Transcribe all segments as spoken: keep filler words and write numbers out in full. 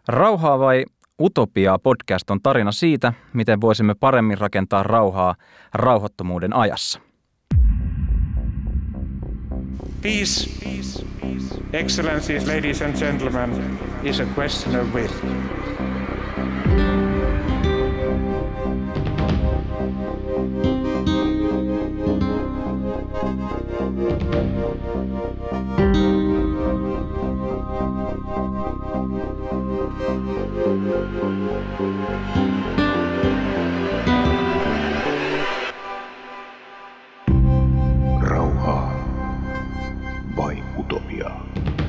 Rauhaa vai utopiaa podcast on tarina siitä, miten voisimme paremmin rakentaa rauhaa rauhattomuuden ajassa. Peace, excellencies, ladies and gentlemen, is a question of will. Rauhaa vai utopiaa?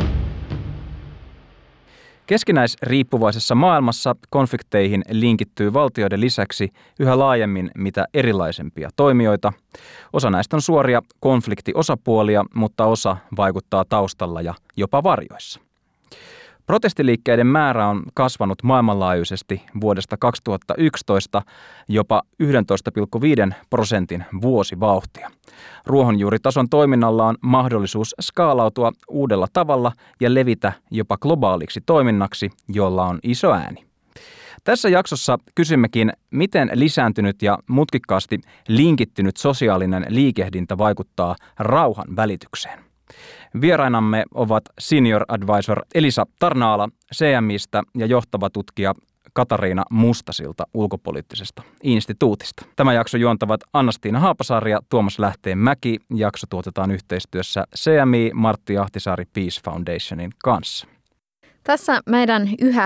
Keskinäisriippuvaisessa maailmassa konflikteihin linkittyy valtioiden lisäksi yhä laajemmin mitä erilaisempia toimijoita. Osa näistä on suoria konfliktiosapuolia, mutta osa vaikuttaa taustalla ja jopa varjoissa. Protestiliikkeiden määrä on kasvanut maailmanlaajuisesti vuodesta kaksituhattayksitoista jopa yksitoista pilkku viisi prosentin vuosivauhtia. Ruohonjuuritason toiminnalla on mahdollisuus skaalautua uudella tavalla ja levitä jopa globaaliksi toiminnaksi, jolla on iso ääni. Tässä jaksossa kysymmekin, miten lisääntynyt ja mutkikkaasti linkittynyt sosiaalinen liikehdintä vaikuttaa rauhan välitykseen. Vierainamme ovat senior advisor Elisa Tarnaala C M I:stä ja johtava tutkija Katariina Mustasilta ulkopoliittisesta instituutista. Tämä jakso juontavat Anna-Stiina Haapasaari ja Tuomas Lähteenmäki. Jakso tuotetaan yhteistyössä C M I Martti Ahtisaari Peace Foundationin kanssa. Tässä meidän yhä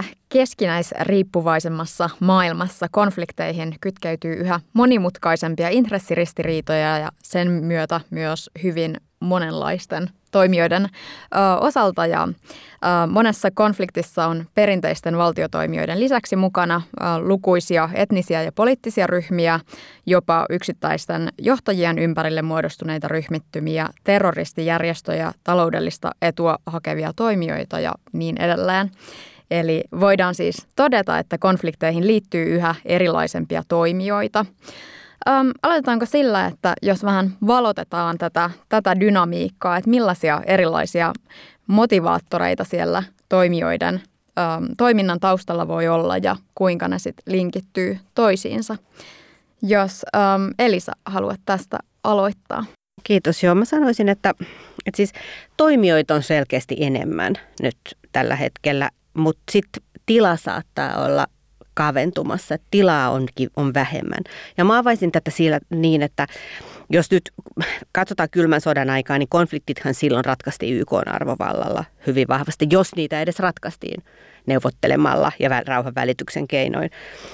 keskinäisriippuvaisemmassa maailmassa konflikteihin kytkeytyy yhä monimutkaisempia intressiristiriitoja ja sen myötä myös hyvin monenlaisten toimijoiden ö, osalta. Ja, ö, monessa konfliktissa on perinteisten valtiotoimijoiden lisäksi mukana ö, lukuisia etnisiä ja poliittisia ryhmiä, jopa yksittäisten johtajien ympärille muodostuneita ryhmittymiä, terroristijärjestöjä, taloudellista etua hakevia toimijoita ja niin edelleen. Eli voidaan siis todeta, että konflikteihin liittyy yhä erilaisempia toimijoita. Öm, aloitetaanko sillä, että jos vähän valotetaan tätä, tätä dynamiikkaa, että millaisia erilaisia motivaattoreita siellä toimijoiden öm, toiminnan taustalla voi olla ja kuinka ne sitten linkittyy toisiinsa. Jos öm, Elisa haluat tästä aloittaa. Kiitos. Joo, mä sanoisin, että, että siis toimijoita on selkeästi enemmän nyt tällä hetkellä, mutta sitten tila saattaa olla kaventumassa, että tilaa onkin, on vähemmän. Ja mä avaisin tätä sillä niin, että jos nyt katsotaan kylmän sodan aikaa, niin konfliktithan silloin ratkaistiin Y K:n arvovallalla hyvin vahvasti, jos niitä edes ratkaistiin neuvottelemalla ja rauhan välityksen keinoin.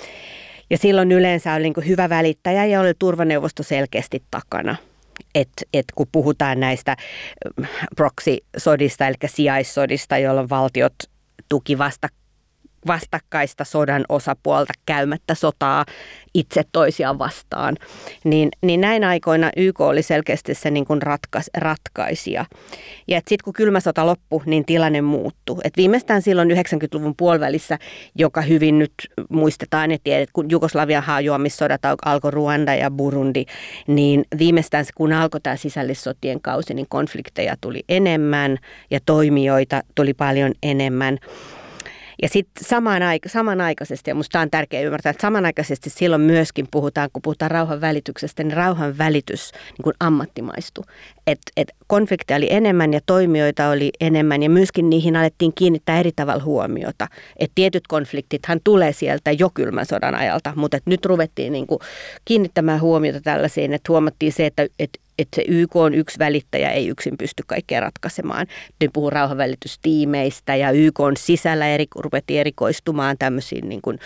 Ja silloin yleensä oli niin kuin hyvä välittäjä ja oli turvaneuvosto selkeästi takana. Että et kun puhutaan näistä proxy-sodista, eli sijaissodista, jolloin valtiot tuki vasta vastakkaista sodan osapuolta käymättä sotaa itse toisiaan vastaan, niin, niin näin aikoina Y K oli selkeästi se niin kuin ratkais, ratkaisija. Ja sitten kun kylmä sota loppui, niin tilanne muuttui. Et viimeistään silloin yhdeksänkymmentäluvun puolivälissä, joka hyvin nyt muistetaan ja tiedät, kun Jugoslavian hajoamissodat alkoi Ruanda ja Burundi, niin viimeistään kun alkoi tämä sisällissotien kausi, niin konflikteja tuli enemmän ja toimijoita tuli paljon enemmän. Ja sitten samanaik- samanaikaisesti, ja minusta tämä on tärkeää ymmärtää, että samanaikaisesti silloin myöskin puhutaan, kun puhutaan rauhan välityksestä, niin rauhan välitys niin kuin ammattimaistui. Että et konflikteja oli enemmän ja toimijoita oli enemmän ja myöskin niihin alettiin kiinnittää eri tavalla huomiota. Että tietyt konfliktithan tulee sieltä jo kylmän sodan ajalta, mutta et nyt ruvettiin niin kuin kiinnittämään huomiota tällaisiin, että huomattiin se, että et, että se Y K on yksi välittäjä, ei yksin pysty kaikkea ratkaisemaan. Ne puhuu rauhanvälitystiimeistä ja Y K on sisällä eri, ruvettiin erikoistumaan tämmöisiin niin kuin,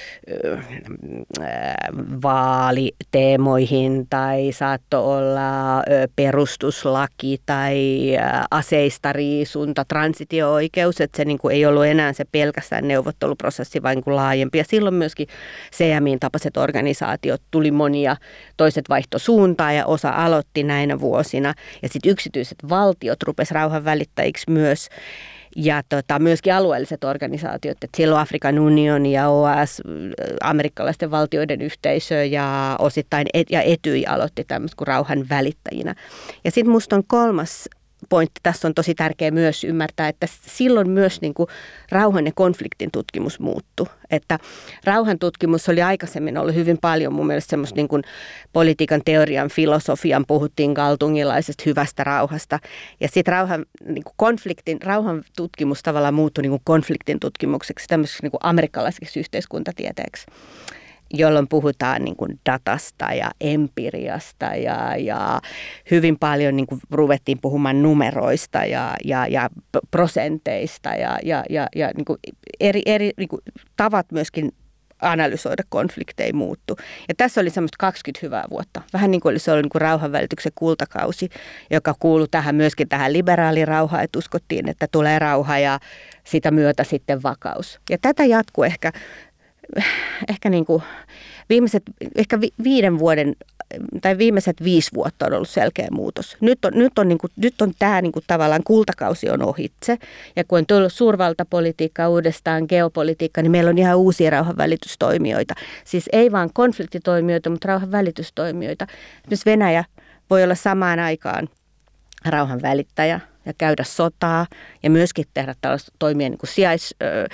vaaliteemoihin tai saattoi olla perustuslaki tai aseistariisunta, transitio-oikeus, että se niin kuin ei ollut enää se pelkästään neuvotteluprosessi, vaan niin kuin laajempi. Ja silloin myöskin C M I:n tapaiset organisaatiot tuli monia, toiset vaihtoi suuntaa ja osa aloitti näinä vuosina. Ja sitten yksityiset valtiot rupesivat rauhanvälittäjiksi myös. Ja tota, myöskin alueelliset organisaatiot, että silloin Afrikan unioni ja O A S, amerikkalaisten valtioiden yhteisö ja osittain et, ja Etyj aloitti tämmöistä kuin rauhan välittäjinä. Ja sitten musta on kolmas pointti tässä on tosi tärkeä myös ymmärtää, että silloin myös niin kuin rauhan ja konfliktin tutkimus muuttui. Että rauhan tutkimus oli aikaisemmin ollut hyvin paljon mun mielestä semmoista niin kuin politiikan teorian, filosofian, puhuttiin galtungilaisesta hyvästä rauhasta. Ja sitten rauhan, niin kuin konfliktin, rauhan tutkimus tavallaan muuttui niin kuin konfliktin tutkimukseksi, tämmöiseksi niin kuin amerikkalaiseksi yhteiskuntatieteeksi, jolloin puhutaan niin kuin datasta ja empiriasta ja, ja hyvin paljon niin kuin ruvettiin puhumaan numeroista ja, ja, ja prosenteista ja, ja, ja, ja niin kuin eri, eri niin kuin tavat myöskin analysoida konflikteja muuttu. Ja tässä oli semmoista kaksikymmentä hyvää vuotta. Vähän niin kuin oli se oli niin kuin rauhanvälityksen kultakausi, joka kuului tähän myöskin tähän liberaalirauhaan, että uskottiin, että tulee rauha ja sitä myötä sitten vakaus. Ja tätä jatkuu ehkä Ehkä, niin kuin viimeiset, ehkä viiden vuoden tai viimeiset viisi vuotta on ollut selkeä muutos. Nyt on, nyt on, niin kuin, nyt on tämä niin kuin tavallaan kultakausi on ohitse. Ja kun on tullut suurvaltapolitiikka uudestaan, geopolitiikka, niin meillä on ihan uusia rauhanvälitystoimijoita. Siis ei vaan konfliktitoimijoita, mutta rauhanvälitystoimijoita. Myös Venäjä voi olla samaan aikaan rauhanvälittäjä ja käydä sotaa ja myöskin tehdä tällaista toimia niin kuin sijais,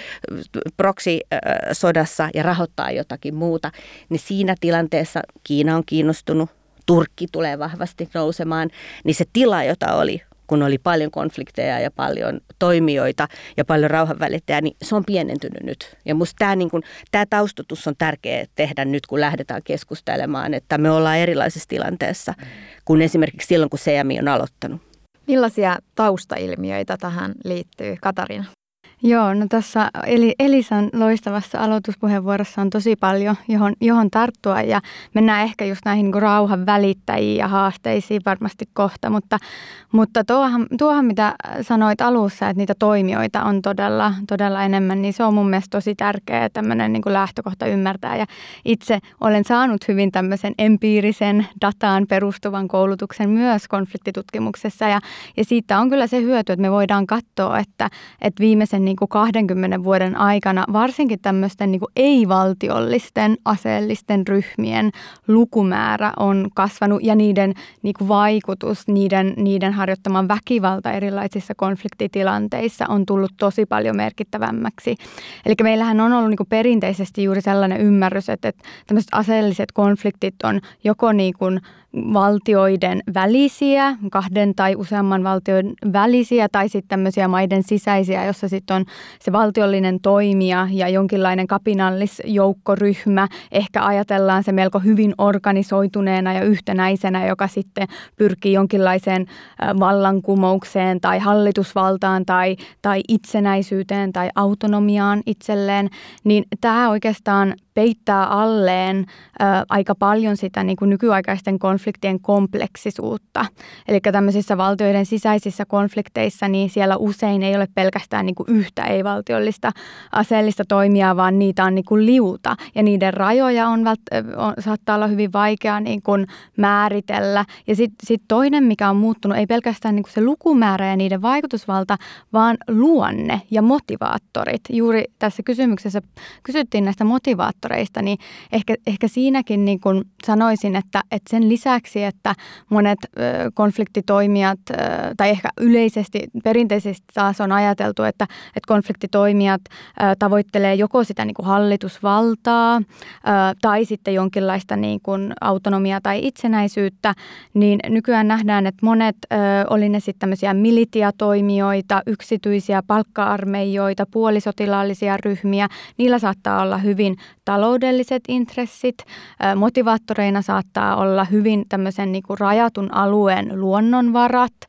proxy-sodassa ja rahoittaa jotakin muuta, niin siinä tilanteessa Kiina on kiinnostunut, Turkki tulee vahvasti nousemaan, niin se tila, jota oli, kun oli paljon konflikteja ja paljon toimijoita ja paljon rauhanvälittäjää, niin se on pienentynyt nyt. Ja musta tämä, niin kuin, tämä taustatus on tärkeää tehdä nyt, kun lähdetään keskustelemaan, että me ollaan erilaisessa tilanteessa kuin esimerkiksi silloin, kun C M I on aloittanut. Millaisia taustailmiöitä tähän liittyy, Katariina? Joo, no tässä Elisan loistavassa aloituspuheenvuorossa on tosi paljon, johon, johon tarttua ja mennään ehkä just näihin niin kuin rauhan välittäjiin ja haasteisiin varmasti kohta, mutta, mutta tuohan, tuohan mitä sanoit alussa, että niitä toimijoita on todella, todella enemmän, niin se on mun mielestä tosi tärkeä tämmöinen niin kuin lähtökohta ymmärtää ja itse olen saanut hyvin tämmöisen empiirisen dataan perustuvan koulutuksen myös konfliktitutkimuksessa ja, ja siitä on kyllä se hyöty, että me voidaan katsoa, että, että viimeisen niin kuin kahdenkymmenen vuoden aikana varsinkin tämmöisten niin kuin ei-valtiollisten aseellisten ryhmien lukumäärä on kasvanut ja niiden niin kuin vaikutus, niiden, niiden harjoittama väkivalta erilaisissa konfliktitilanteissa on tullut tosi paljon merkittävämmäksi. Eli meillähän on ollut niin kuin perinteisesti juuri sellainen ymmärrys, että, että tämmöiset aseelliset konfliktit on joko niin kuin valtioiden välisiä, kahden tai useamman valtion välisiä tai sitten tämmöisiä maiden sisäisiä, jossa sitten on se valtiollinen toimija ja jonkinlainen kapinallisjoukkoryhmä. Ehkä ajatellaan se melko hyvin organisoituneena ja yhtenäisenä, joka sitten pyrkii jonkinlaiseen vallankumoukseen tai hallitusvaltaan tai, tai itsenäisyyteen tai autonomiaan itselleen. Niin tämä oikeastaan peittää alleen ä, aika paljon sitä niin kuin nykyaikaisten konfliktien kompleksisuutta. Eli tämmöisissä valtioiden sisäisissä konflikteissa, niin siellä usein ei ole pelkästään niin kuin yhtä ei-valtiollista aseellista toimijaa, vaan niitä on niin kuin liuta. Ja niiden rajoja on, on, saattaa olla hyvin vaikea niin kuin määritellä. Ja sitten sit toinen, mikä on muuttunut, ei pelkästään niin kuin se lukumäärä ja niiden vaikutusvalta, vaan luonne ja motivaattorit. Juuri tässä kysymyksessä kysyttiin näistä motivaattoreista. Niin ehkä, ehkä siinäkin niin kuin sanoisin, että, että sen lisäksi, että monet ö, konfliktitoimijat ö, tai ehkä yleisesti perinteisesti taas on ajateltu, että, että konfliktitoimijat ö, tavoittelee joko sitä niin kuin hallitusvaltaa ö, tai sitten jonkinlaista niin kuin autonomiaa tai itsenäisyyttä, niin nykyään nähdään, että monet ö, oli ne sitten tämmöisiä militiatoimijoita, yksityisiä palkka-armeijoita, puolisotilaallisia ryhmiä, niillä saattaa olla hyvin taloudelliset intressit. Motivaattoreina saattaa olla hyvin tämmöisen niin kuin rajatun alueen luonnonvarat, ö,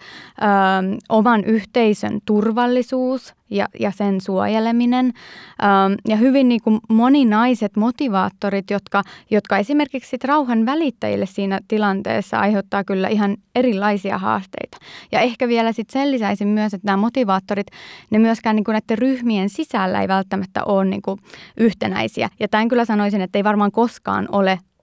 oman yhteisön turvallisuus ja, ja sen suojeleminen. Ö, ja hyvin niin kuin moninaiset motivaattorit, jotka, jotka esimerkiksi sit rauhan välittäjille siinä tilanteessa aiheuttaa kyllä ihan erilaisia haasteita. Ja ehkä vielä sit sen lisäisin myös, että nämä motivaattorit, ne myöskään niin kuin näiden ryhmien sisällä ei välttämättä ole niin kuin yhtenäisiä. Ja tämän kyllä sanoisin, että ei varmaan koskaan ole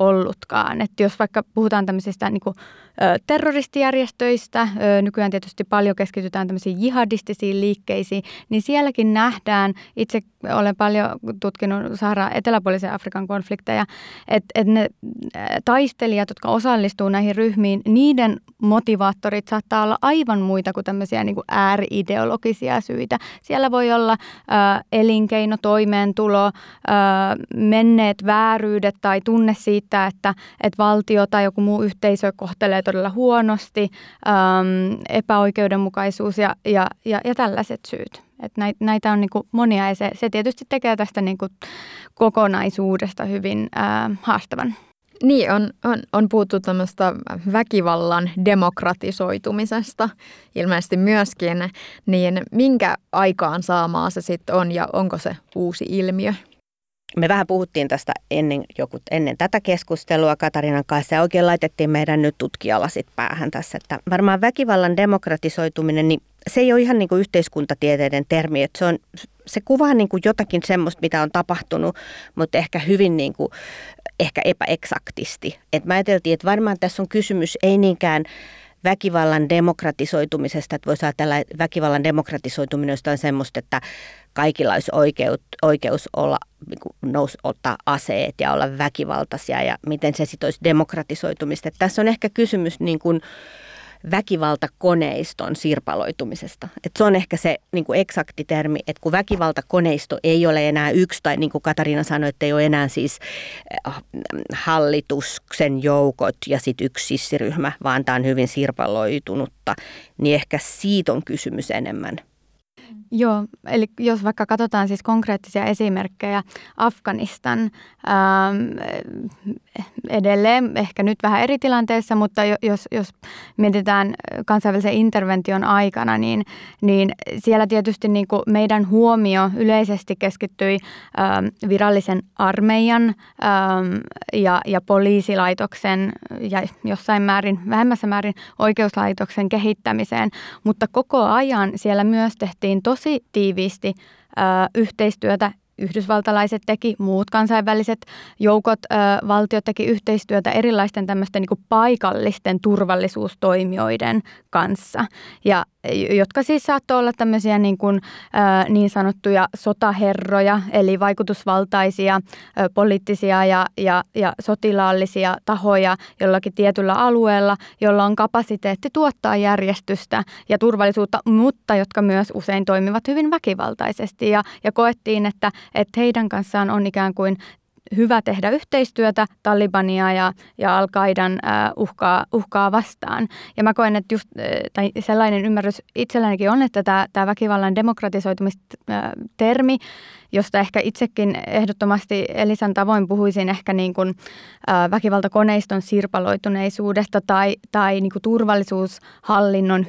ollutkaan. Että jos vaikka puhutaan tämmöisistä niin kuin, ö, terroristijärjestöistä, ö, nykyään tietysti paljon keskitytään tämmöisiin jihadistisiin liikkeisiin, niin sielläkin nähdään, itse olen paljon tutkinut Saharan eteläpuolisen Afrikan konflikteja, että et ne taistelijat, jotka osallistuu näihin ryhmiin, niiden motivaattorit saattaa olla aivan muita kuin tämmöisiä niin kuin ääri-ideologisia syitä. Siellä voi olla ö, elinkeino, toimeentulo, ö, menneet vääryydet tai tunne siitä, että, että valtio tai joku muu yhteisö kohtelee todella huonosti, ö, epäoikeudenmukaisuus ja, ja, ja, ja tällaiset syyt. Että näitä on niin kuin monia ja se, se tietysti tekee tästä niin kuin kokonaisuudesta hyvin ää, haastavan. Niin, on, on, on puhuttu tämmöistä väkivallan demokratisoitumisesta ilmeisesti myöskin, niin minkä aikaan saamaa se sitten on ja onko se uusi ilmiö? Me vähän puhuttiin tästä ennen, joku, ennen tätä keskustelua Katarinan kanssa ja oikein laitettiin meidän nyt tutkijalasit päähän tässä, että varmaan väkivallan demokratisoituminen, niin se ei ole ihan niin kuin yhteiskuntatieteiden termi, että se, on, se kuvaa niin kuin jotakin semmoista, mitä on tapahtunut, mutta ehkä hyvin niin kuin, ehkä epäeksaktisti. Et mä ajateltiin, että varmaan tässä on kysymys ei niinkään väkivallan demokratisoitumisesta, että voisi ajatella, että väkivallan demokratisoituminen on semmoista, että kaikilla olisi oikeus, oikeus olla, niin nous, ottaa aseet ja olla väkivaltaisia ja miten se sitten olisi demokratisoitumista. Että tässä on ehkä kysymys niin kuin väkivaltakoneiston sirpaloitumisesta. Et se on ehkä se niin kuin eksakti termi, että kun väkivaltakoneisto ei ole enää yksi, tai niin kuin Katariina sanoi, että ei ole enää siis hallituksen joukot ja sitten yksi sissiryhmä, vaan tämä on hyvin sirpaloitunutta, niin ehkä siitä on kysymys enemmän. Joo, eli jos vaikka katsotaan siis konkreettisia esimerkkejä, Afganistan ähm, edelleen, ehkä nyt vähän eri tilanteessa, mutta jos, jos mietitään kansainvälisen intervention aikana, niin, niin siellä tietysti niin kuin meidän huomio yleisesti keskittyi ähm, virallisen armeijan ähm, ja, ja poliisilaitoksen ja jossain määrin, vähemmässä määrin oikeuslaitoksen kehittämiseen, mutta koko ajan siellä myös tehtiin tosi tosi tiiviisti ö, yhteistyötä. Yhdysvaltalaiset teki, muut kansainväliset joukot, ö, valtiot teki yhteistyötä erilaisten tämmöisten niin kuin paikallisten turvallisuustoimijoiden kanssa, ja, jotka siis saattoi olla tämmöisiä niin, kuin, ö, niin sanottuja sotaherroja, eli vaikutusvaltaisia ö, poliittisia ja, ja, ja sotilaallisia tahoja jollakin tietyllä alueella, jolla on kapasiteetti tuottaa järjestystä ja turvallisuutta, mutta jotka myös usein toimivat hyvin väkivaltaisesti, ja, ja koettiin, että että heidän kanssaan on ikään kuin hyvä tehdä yhteistyötä Talibania ja, ja Al-Qaidan äh, uhkaa, uhkaa vastaan. Ja mä koen, että just äh, tai sellainen ymmärrys itsellänikin on, että tämä, tämä väkivallan demokratisoitumistermi, josta ehkä itsekin ehdottomasti Elisan tavoin puhuisin ehkä niin kuin, äh, väkivaltakoneiston sirpaloituneisuudesta tai, tai niin kuin turvallisuushallinnon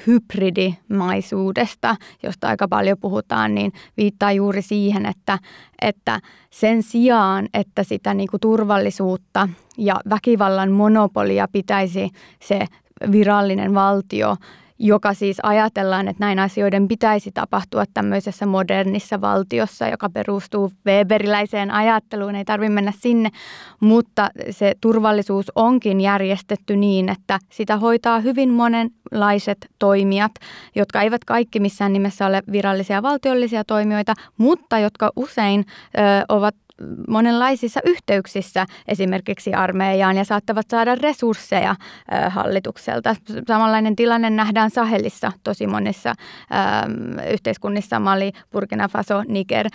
hybridimaisuudesta, josta aika paljon puhutaan, niin viittaa juuri siihen, että, että sen sijaan, että sitä niin kuin turvallisuutta ja väkivallan monopolia pitäisi se virallinen valtio, joka siis ajatellaan, että näin asioiden pitäisi tapahtua tämmöisessä modernissa valtiossa, joka perustuu weberiläiseen ajatteluun, ei tarvitse mennä sinne, mutta se turvallisuus onkin järjestetty niin, että sitä hoitaa hyvin monenlaiset toimijat, jotka eivät kaikki missään nimessä ole virallisia valtiollisia toimijoita, mutta jotka usein ö, ovat monenlaisissa yhteyksissä esimerkiksi armeijaan ja saattavat saada resursseja ö, hallitukselta. Samanlainen tilanne nähdään Sahelissa tosi monissa ö, yhteiskunnissa, Mali, Burkina Faso, Niger.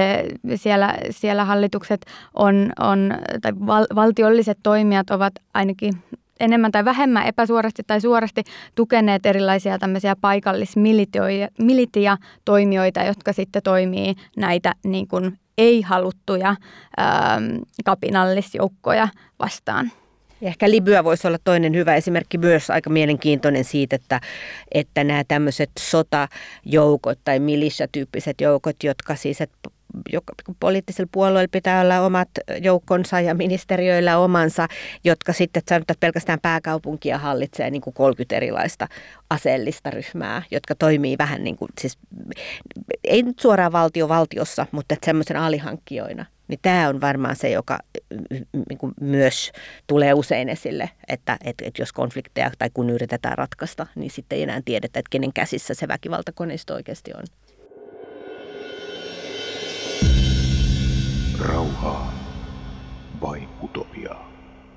E, siellä, siellä hallitukset on, on tai val, valtiolliset toimijat ovat ainakin enemmän tai vähemmän epäsuorasti tai suorasti tukeneet erilaisia tämmöisiä paikallismilitia-toimijoita, jotka sitten toimii näitä niin kuin ei-haluttuja ähm, kapinallisjoukkoja vastaan. Ehkä Libya voisi olla toinen hyvä esimerkki, myös aika mielenkiintoinen siitä, että, että nämä tämmöiset sotajoukot tai militia-tyyppiset joukot, jotka siis, että poliittisilla puolueilla pitää olla omat joukkonsa ja ministeriöillä omansa, jotka sitten sanotaan pelkästään pääkaupunkia hallitsee niin kuin kolmekymmentä erilaista aseellista ryhmää, jotka toimii vähän niin kuin, siis ei nyt suoraan valtio valtiossa, mutta semmoisen alihankkijoina. Niin tämä on varmaan se, joka niin kuin myös tulee usein esille, että, että, että jos konflikteja tai kun yritetään ratkaista, niin sitten ei enää tiedetä, että kenen käsissä se väkivaltakoneisto oikeasti on. Rauhaa vai utopiaa?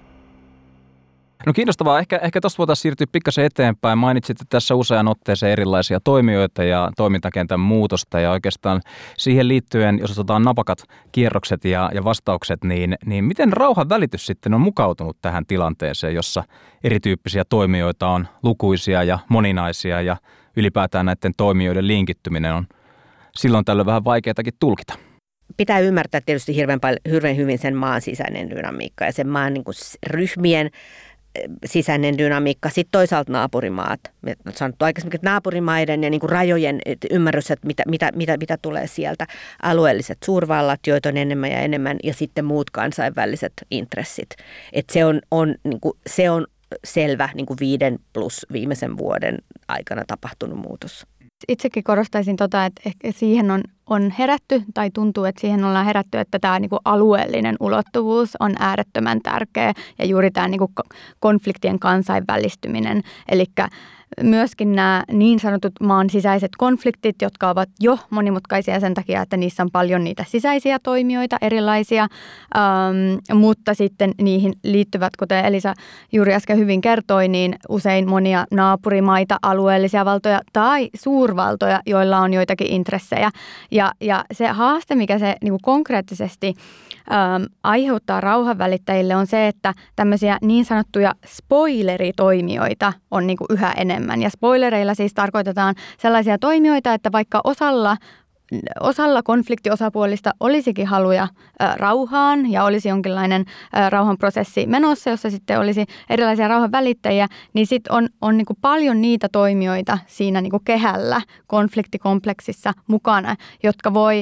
No kiinnostavaa. Ehkä, ehkä tuossa voitaisiin siirtyä pikkasen eteenpäin. Mainitsitte tässä usean otteeseen erilaisia toimijoita ja toimintakentän muutosta ja oikeastaan siihen liittyen, jos otetaan napakat kierrokset ja, ja vastaukset, niin, niin miten rauhan välitys sitten on mukautunut tähän tilanteeseen, jossa erityyppisiä toimijoita on lukuisia ja moninaisia ja ylipäätään näiden toimijoiden linkittyminen on silloin tällöin vähän vaikeatakin tulkita? Pitää ymmärtää tietysti hirveän, paljon, hirveän hyvin sen maan sisäinen dynamiikka ja sen maan niin kuin ryhmien sisäinen dynamiikka, sitten toisaalta naapurimaat. Me on sanottu aikaisemmin, että naapurimaiden ja niin kuin rajojen että ymmärrys, että mitä, mitä, mitä, mitä tulee sieltä. Alueelliset suurvallat, joita on enemmän ja enemmän, ja sitten muut kansainväliset intressit. Et se, on, on, niin kuin, se on selvä niin kuin viiden plus viimeisen vuoden aikana tapahtunut muutos. Itsekin korostaisin tota, että ehkä siihen on, on herätty tai tuntuu, että siihen ollaan herätty, että tämä niinku alueellinen ulottuvuus on äärettömän tärkeä ja juuri tämä niinku konfliktien kansainvälistyminen. Eli myöskin nämä niin sanotut maan sisäiset konfliktit, jotka ovat jo monimutkaisia sen takia, että niissä on paljon niitä sisäisiä toimijoita erilaisia, ähm, mutta sitten niihin liittyvät, kuten Elisa juuri äsken hyvin kertoi, niin usein monia naapurimaita, alueellisia valtoja tai suurvaltoja, joilla on joitakin intressejä. Ja, ja se haaste, mikä se niin kuin konkreettisesti ähm, aiheuttaa rauhanvälittäjille on se, että tämmöisiä niin sanottuja spoileritoimijoita on niin kuin yhä enemmän. Ja spoilereilla siis tarkoitetaan sellaisia toimijoita, että vaikka osalla, osalla konfliktiosapuolista olisikin haluja ä, rauhaan ja olisi jonkinlainen ä, rauhanprosessi menossa, jossa sitten olisi erilaisia rauhanvälittäjiä, niin sitten on, on niinku paljon niitä toimijoita siinä niinku kehällä konfliktikompleksissa mukana, jotka voi ä,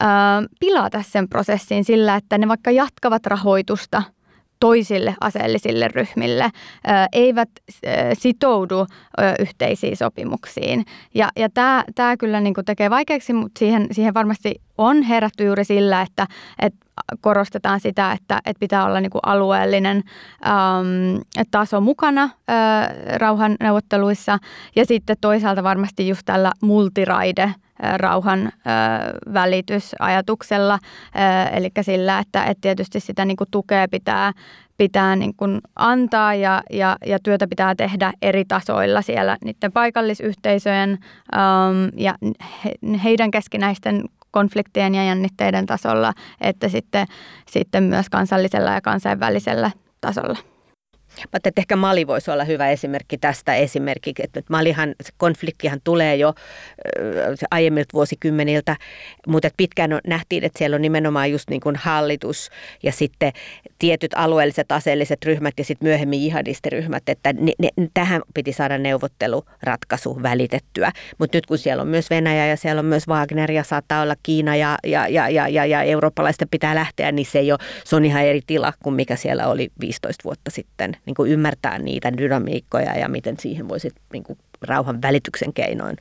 pilata sen prosessin sillä, että ne vaikka jatkavat rahoitusta toisille aseellisille ryhmille, eivät sitoudu yhteisiin sopimuksiin. Ja, ja tämä, tämä kyllä niin kuin tekee vaikeaksi, mutta siihen, siihen varmasti on herätty juuri sillä, että, että korostetaan sitä, että, että pitää olla niin kuin alueellinen äm, taso mukana ä, rauhanneuvotteluissa ja sitten toisaalta varmasti just tällä multiraide rauhan ö, välitysajatuksella, ö, eli sillä, että et tietysti sitä niin kuin tukea pitää, pitää niin kuin antaa ja, ja, ja työtä pitää tehdä eri tasoilla siellä niiden paikallisyhteisöjen ö, ja he, heidän keskinäisten konfliktien ja jännitteiden tasolla, että sitten, sitten myös kansallisella ja kansainvälisellä tasolla. Mutta että ehkä Mali voisi olla hyvä esimerkki tästä esimerkiksi, että Malihan, se konfliktihan tulee jo äh, aiemmilta vuosikymmeniltä, mutta pitkään on, nähtiin, että siellä on nimenomaan just niin kuin hallitus ja sitten tietyt alueelliset aseelliset ryhmät ja sitten myöhemmin jihadistiryhmät, että ne, ne, tähän piti saada neuvotteluratkaisu välitettyä. Mutta nyt kun siellä on myös Venäjä ja siellä on myös Wagner ja saattaa olla Kiina ja, ja, ja, ja, ja, ja eurooppalaista pitää lähteä, niin se, ei ole, se on ihan eri tila kuin mikä siellä oli viisitoista vuotta sitten. Niin kuin ymmärtää niitä dynamiikkoja ja miten siihen voisi niin kuin rauhan välityksen keinoin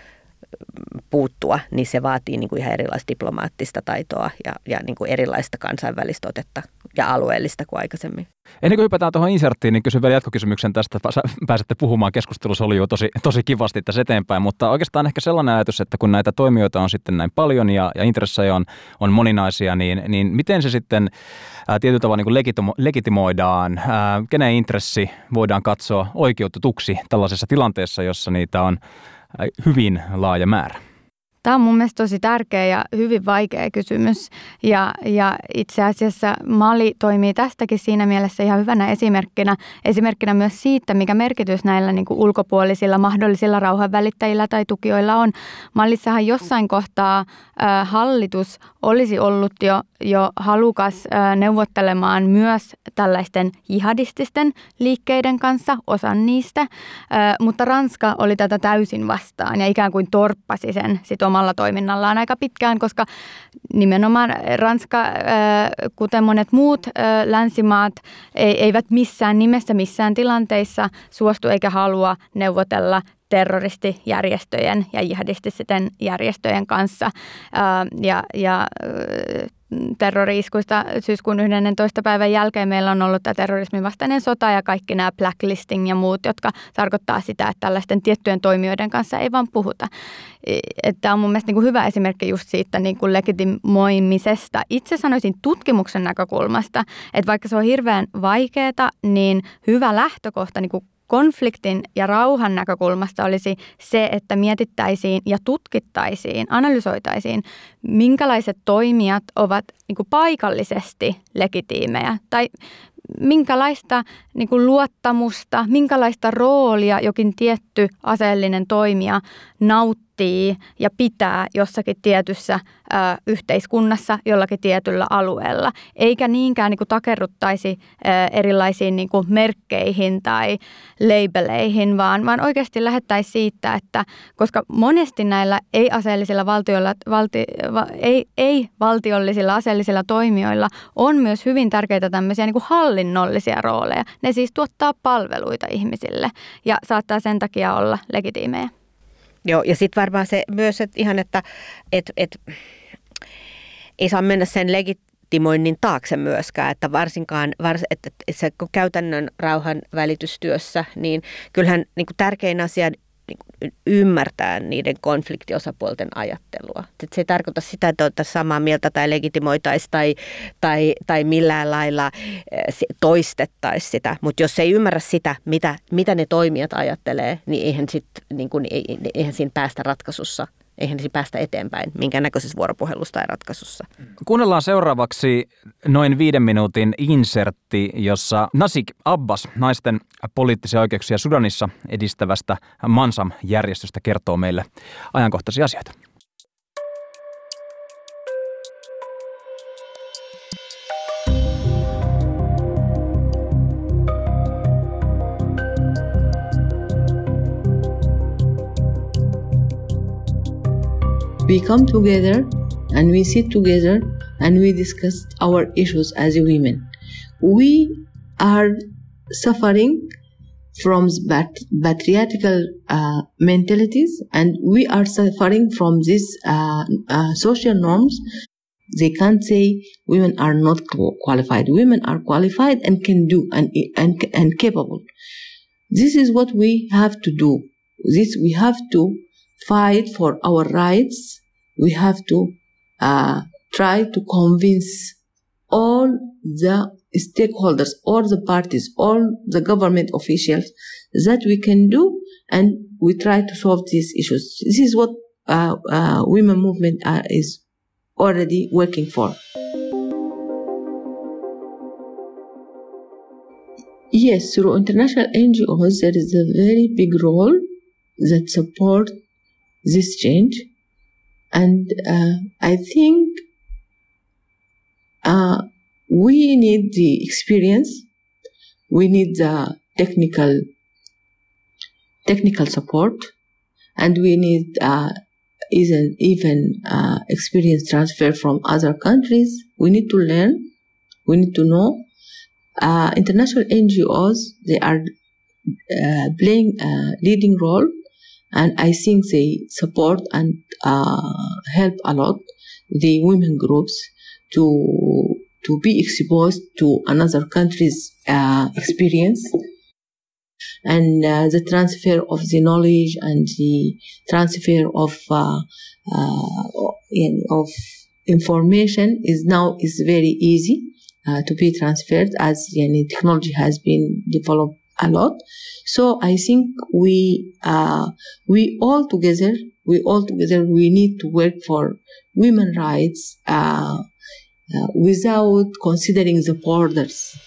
puuttua, niin se vaatii niin kuin ihan erilaista diplomaattista taitoa ja, ja niin kuin erilaista kansainvälistä otetta ja alueellista kuin aikaisemmin. Ennen kuin hypätään tuohon inserttiin, niin kysyn vielä jatkokysymyksen tästä. Pääsette puhumaan, keskustelussa oli jo tosi, tosi kivasti tässä eteenpäin, mutta oikeastaan ehkä sellainen ajatus, että kun näitä toimijoita on sitten näin paljon ja, ja intressejä on, on moninaisia, niin, niin miten se sitten ää, tietyllä tavalla niin kuin legitimo, legitimoidaan, ää, kenen intressi voidaan katsoa oikeutetuksi tällaisessa tilanteessa, jossa niitä on hyvin laaja määrä? Tämä on mun mielestä tosi tärkeä ja hyvin vaikea kysymys ja, ja itse asiassa Mali toimii tästäkin siinä mielessä ihan hyvänä esimerkkinä, esimerkkinä myös siitä, mikä merkitys näillä niin kuin ulkopuolisilla mahdollisilla rauhanvälittäjillä tai tukijoilla on. Malissahan jossain kohtaa äh, hallitus olisi ollut jo, jo halukas äh, neuvottelemaan myös tällaisten jihadististen liikkeiden kanssa, osan niistä, äh, mutta Ranska oli tätä täysin vastaan ja ikään kuin torppasi sen sit omalla toiminnallaan aika pitkään, koska nimenomaan Ranska, kuten monet muut länsimaat, eivät missään nimessä, missään tilanteissa suostu eikä halua neuvotella terroristijärjestöjen ja jihadististen järjestöjen kanssa. Ja, ja terrori-iskuista syyskuun yhdennentoista päivän jälkeen meillä on ollut tämä terrorismin vastainen sota ja kaikki nämä blacklisting ja muut, jotka tarkoittaa sitä, että tällaisten tiettyjen toimijoiden kanssa ei vaan puhuta. Tämä on mun mielestä niin kuin hyvä esimerkki just siitä niin kuin legitimoimisesta. Itse sanoisin tutkimuksen näkökulmasta, että vaikka se on hirveän vaikeaa, niin hyvä lähtökohta niin kuin konfliktin ja rauhan näkökulmasta olisi se, että mietittäisiin ja tutkittaisiin, analysoitaisiin, minkälaiset toimijat ovat niin kuin paikallisesti legitiimejä tai minkälaista niin kuin luottamusta, minkälaista roolia jokin tietty aseellinen toimija nauttii ja pitää jossakin tietyssä ö, yhteiskunnassa jollakin tietyllä alueella, eikä niinkään niin kuin takerruttaisi ö, erilaisiin niin kuin merkkeihin tai labeleihin, vaan, vaan oikeasti lähettäisiin siitä, että koska monesti näillä ei-aseellisilla valtioilla, valti, va, ei, ei-valtiollisilla aseellisilla toimijoilla on myös hyvin tärkeitä tämmöisiä niin kuin hallinnollisia rooleja. Ne siis tuottaa palveluita ihmisille ja saattaa sen takia olla legitiimejä. Joo, ja sitten varmaan se myös, että ihan, että et, et, ei saa mennä sen legitimoinnin taakse myöskään, että varsinkaan vars, että, että se käytännön rauhan välitystyössä, niin kyllähän niin kuin tärkein asia niin ymmärtää niiden konfliktiosapuolten ajattelua. Että se ei tarkoita sitä, että oltaisiin samaa mieltä tai legitimoitaisiin tai, tai, tai millään lailla toistettaisiin sitä. Mutta jos ei ymmärrä sitä, mitä, mitä ne toimijat ajattelee, niin eihän, sit, niin kun, eihän siinä päästä ratkaisussa. Eihän siinä päästä eteenpäin minkään näköisessä vuoropuhelussa tai ratkaisussa. Kuunnellaan seuraavaksi noin viiden minuutin insertti, jossa Nasik Abbas, naisten poliittisia oikeuksia Sudanissa edistävästä Mansam-järjestöstä, kertoo meille ajankohtaisia asioita. We come together and we sit together and we discuss our issues as women. We are suffering from patriarchal uh, mentalities and we are suffering from these uh, uh, social norms. They can't say women are not qualified. Women are qualified and can do and, and, and capable. This is what we have to do. This we have to fight for our rights. We have to uh, try to convince all the stakeholders, all the parties, all the government officials that we can do, and we try to solve these issues. This is what uh, uh, women movement uh, is already working for. Yes, through international N G Os, there is a very big role that support this change. And uh, I think uh, we need the experience, we need the technical technical support, and we need uh, even, even uh, experience transfer from other countries. We need to learn, we need to know. Uh, international N G Os, they are uh, playing a leading role. And I think they support and uh, help a lot the women groups to to be exposed to another country's uh, experience, and uh, the transfer of the knowledge and the transfer of uh, uh, of information is now is very easy uh, to be transferred as you know, technology has been developed a lot. So I think we uh, we all together we all together we need to work for women rights uh, uh, without considering the borders.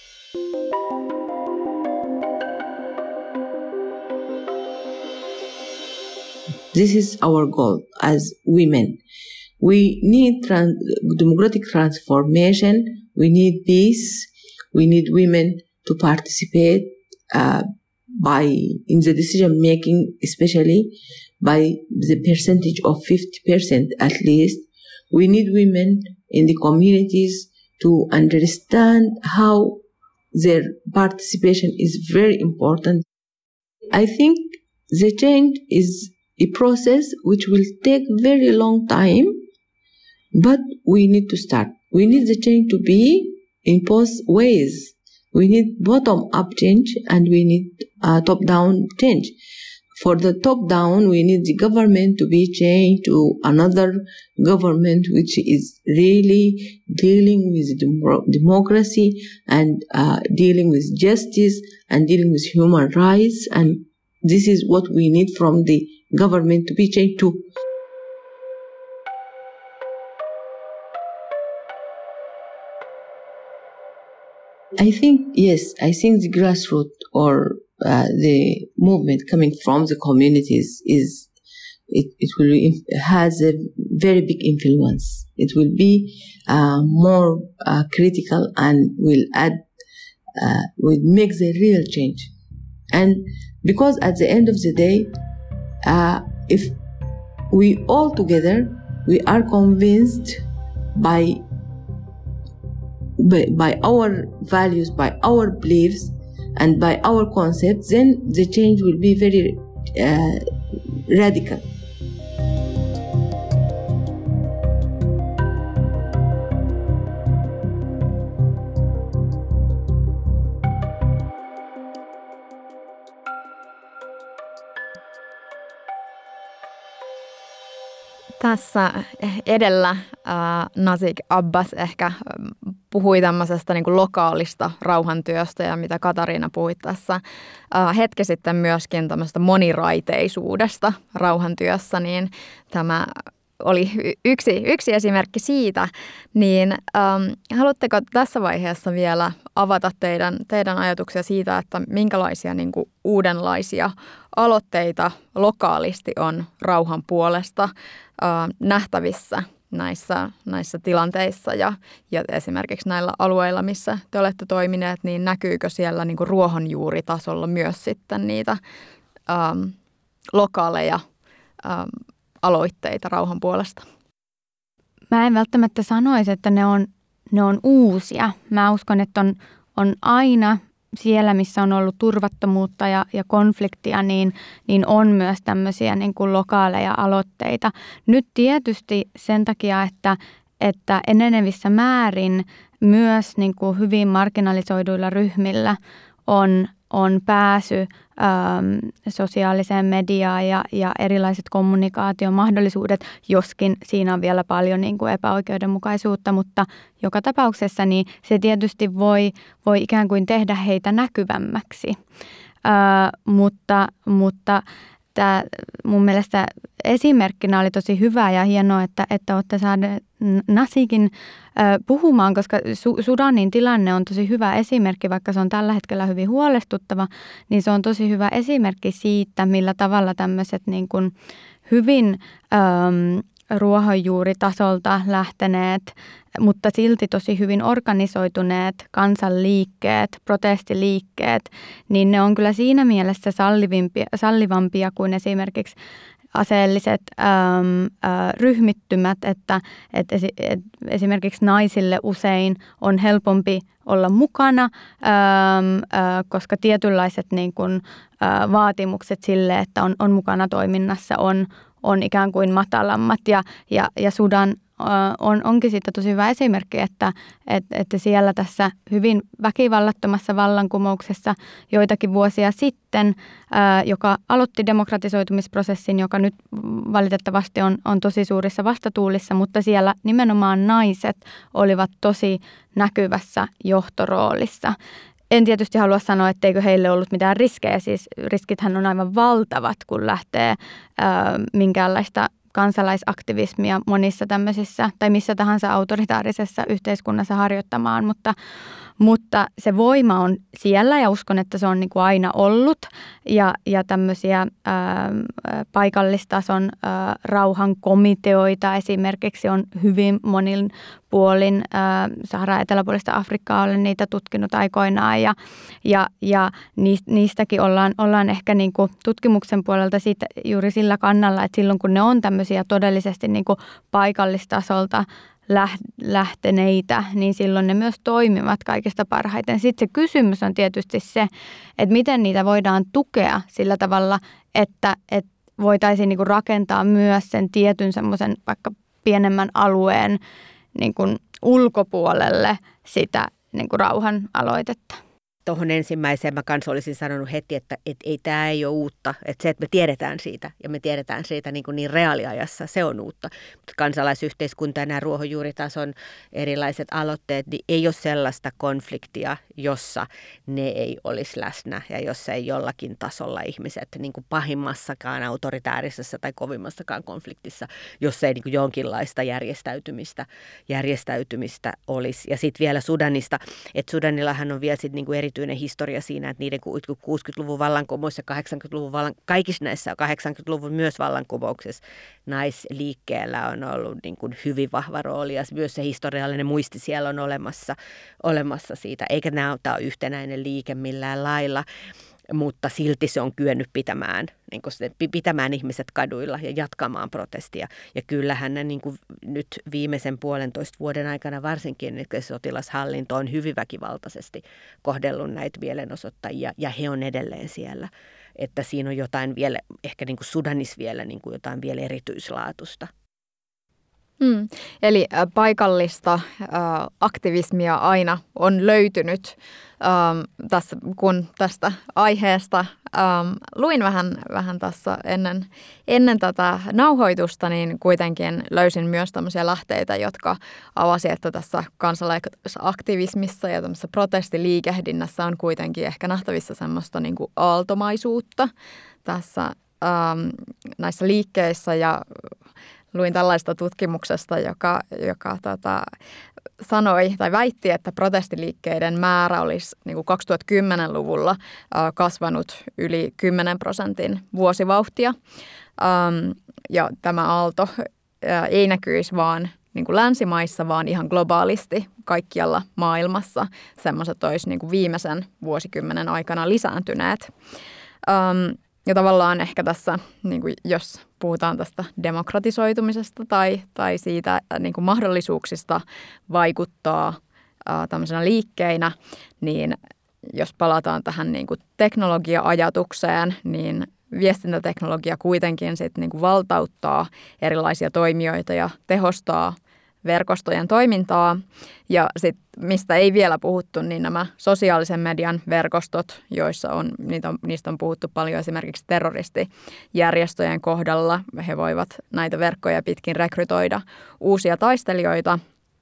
This is our goal as women. We need trans- democratic transformation. We need peace. We need women to participate Uh, by in the decision making, especially by the percentage of fifty percent at least. We need women in the communities to understand how their participation is very important. I think the change is a process which will take very long time, but we need to start. We need the change to be in both ways. We need bottom-up change and we need uh, top-down change. For the top-down, we need the government to be changed to another government which is really dealing with dem- democracy and uh, dealing with justice and dealing with human rights. And this is what we need from the government to be changed to. I think, yes, I think the grassroots or uh, the movement coming from the communities is, it, it will it has a very big influence. It will be uh, more uh, critical and will add, uh, will make the real change. And because at the end of the day, uh, if we all together, we are convinced by By, by our values, by our beliefs, and by our concepts, then the change will be very uh, radical. Tässä edellä äh, Nazik Abbas ehkä puhui tämmöisestä niin kuin lokaalista rauhantyöstä ja mitä Katariina puhui tässä äh, hetki sitten myöskin tämmöisestä moniraiteisuudesta rauhantyössä, niin tämä oli yksi, yksi esimerkki siitä. Niin ähm, haluatteko tässä vaiheessa vielä avata teidän, teidän ajatuksia siitä, että minkälaisia niin kuin uudenlaisia aloitteita lokaalisti on rauhan puolesta äh, nähtävissä näissä, näissä tilanteissa ja, ja esimerkiksi näillä alueilla, missä te olette toimineet, niin näkyykö siellä niin kuin ruohonjuuritasolla myös sitten niitä ähm, lokaaleja ähm, aloitteita rauhan puolesta? Mä en välttämättä sanoisi, että ne on, ne on uusia. Mä uskon, että on, on aina siellä, missä on ollut turvattomuutta ja, ja konfliktia, niin, niin on myös tämmöisiä niin kuin lokaaleja aloitteita. Nyt tietysti sen takia, että, että enenevissä määrin myös niin kuin hyvin marginalisoiduilla ryhmillä on, on pääsy äm, sosiaaliseen mediaan ja, ja erilaiset kommunikaatiomahdollisuudet, joskin siinä on vielä paljon niin kuin epäoikeudenmukaisuutta, mutta joka tapauksessa niin se tietysti voi, voi ikään kuin tehdä heitä näkyvämmäksi, Ää, mutta, mutta tämä mun mielestä esimerkkinä oli tosi hyvä ja hienoa, että, että olette saaneet Nazikin puhumaan, koska Sudanin tilanne on tosi hyvä esimerkki, vaikka se on tällä hetkellä hyvin huolestuttava, niin se on tosi hyvä esimerkki siitä, millä tavalla tämmöiset niin kuin hyvin äm, ruohonjuuritasolta lähteneet, mutta silti tosi hyvin organisoituneet kansanliikkeet, protestiliikkeet, niin ne on kyllä siinä mielessä sallivimpia, sallivampia kuin esimerkiksi aseelliset äm, ä, ryhmittymät, että et esi, et esimerkiksi naisille usein on helpompi olla mukana, äm, ä, koska tietynlaiset niin kun, ä, vaatimukset sille, että on, on mukana toiminnassa, on, on ikään kuin matalammat. Ja, ja, ja Sudan on, onkin siitä tosi hyvä esimerkki, että, että siellä tässä hyvin väkivallattomassa vallankumouksessa joitakin vuosia sitten, joka aloitti demokratisoitumisprosessin, joka nyt valitettavasti on, on tosi suurissa vastatuulissa, mutta siellä nimenomaan naiset olivat tosi näkyvässä johtoroolissa. En tietysti halua sanoa, etteikö heille ollut mitään riskejä, siis riskithän on aivan valtavat, kun lähtee ää, minkäänlaista kansalaisaktivismia monissa tämmöisissä tai missä tahansa autoritaarisessa yhteiskunnassa harjoittamaan, mutta, mutta se voima on siellä ja uskon, että se on niin kuin aina ollut ja, ja tämmöisiä ää, paikallistason ää, rauhankomiteoita esimerkiksi on hyvin monin puolin. Ää, Sahara eteläpuolista Afrikkaa olen niitä tutkinut aikoinaan ja, ja, ja niistäkin ollaan, ollaan ehkä niin kuin tutkimuksen puolelta siitä, juuri sillä kannalla, että silloin kun ne on tämmöisiä todellisesti niin kuin paikallistasolta lähteneitä, niin silloin ne myös toimivat kaikista parhaiten. Sitten se kysymys on tietysti se, että miten niitä voidaan tukea sillä tavalla, että, että voitaisiin niin kuin rakentaa myös sen tietyn semmoisen vaikka pienemmän alueen niin kuin ulkopuolelle sitä niin kuin rauhan aloitetta. Tuohon ensimmäiseen mä kanssa olisin sanonut heti, että et, ei tämä ei ole uutta. Että se, että me tiedetään siitä ja me tiedetään siitä niin, kuin niin reaaliajassa, se on uutta. Mutta kansalaisyhteiskunta ja nämä ruohonjuuritason erilaiset aloitteet, niin ei ole sellaista konfliktia, jossa ne ei olisi läsnä ja jossa ei jollakin tasolla ihmiset niin kuin pahimmassakaan autoritäärisessä tai kovimmassakaan konfliktissa, jossa ei niin kuin jonkinlaista järjestäytymistä, järjestäytymistä olisi. Ja sitten vielä Sudanista, että Sudanillahan on vielä sit niin kuin eri historia siinä, että niiden kuusikymmentäluvun vallankumous ja kahdeksankymmentäluvun vallan, kaikissa näissä kahdeksankymmentäluvun myös vallankumouksessa naisliikkeellä on ollut niin kuin hyvin vahva rooli ja myös se historiallinen muisti siellä on olemassa, olemassa siitä, eikä nämä ole yhtenäinen liike millään lailla, mutta silti se on kyennyt pitämään, niin kuin se, pitämään ihmiset kaduilla ja jatkamaan protestia. Ja kyllähän ne niin kuin nyt viimeisen puolentoista vuoden aikana varsinkin että sotilashallinto on hyvin väkivaltaisesti kohdellut näitä mielenosoittajia ja he on edelleen siellä. Että siinä on jotain vielä, ehkä niin kuin Sudanissa vielä niin kuin jotain vielä erityislaatusta. Hmm. Eli äh, paikallista äh, aktivismia aina on löytynyt ähm, tässä, kun tästä aiheesta ähm, luin vähän, vähän tässä ennen, ennen tätä nauhoitusta, niin kuitenkin löysin myös tämmöisiä lähteitä, jotka avasi, että tässä kansalaisaktivismissa ja tämmöisessä protestiliikehdinnässä on kuitenkin ehkä nähtävissä semmoista niin kuin aaltomaisuutta tässä ähm, näissä liikkeissä ja luin tällaista tutkimuksesta, joka, joka tota, sanoi tai väitti, että protestiliikkeiden määrä olisi niin kuin kaksituhattakymmenluvulla äh, kasvanut yli kymmenen prosentin vuosivauhtia. Ähm, ja tämä aalto äh, ei näkyisi vaan niin kuin länsimaissa, vaan ihan globaalisti kaikkialla maailmassa. Semmoiset olisi niin kuin viimeisen vuosikymmenen aikana lisääntyneet. Ähm, Ja tavallaan ehkä tässä, niin kuin jos puhutaan tästä demokratisoitumisesta tai, tai siitä niin kuin mahdollisuuksista vaikuttaa ää, tämmöisenä liikkeinä, niin jos palataan tähän niin kuin teknologia-ajatukseen, niin viestintäteknologia kuitenkin sit niin kuin valtauttaa erilaisia toimijoita ja tehostaa verkostojen toimintaa. Ja sitten mistä ei vielä puhuttu, niin nämä sosiaalisen median verkostot, joissa on, niitä on, niistä on puhuttu paljon esimerkiksi terroristijärjestöjen kohdalla. He voivat näitä verkkoja pitkin rekrytoida uusia taistelijoita.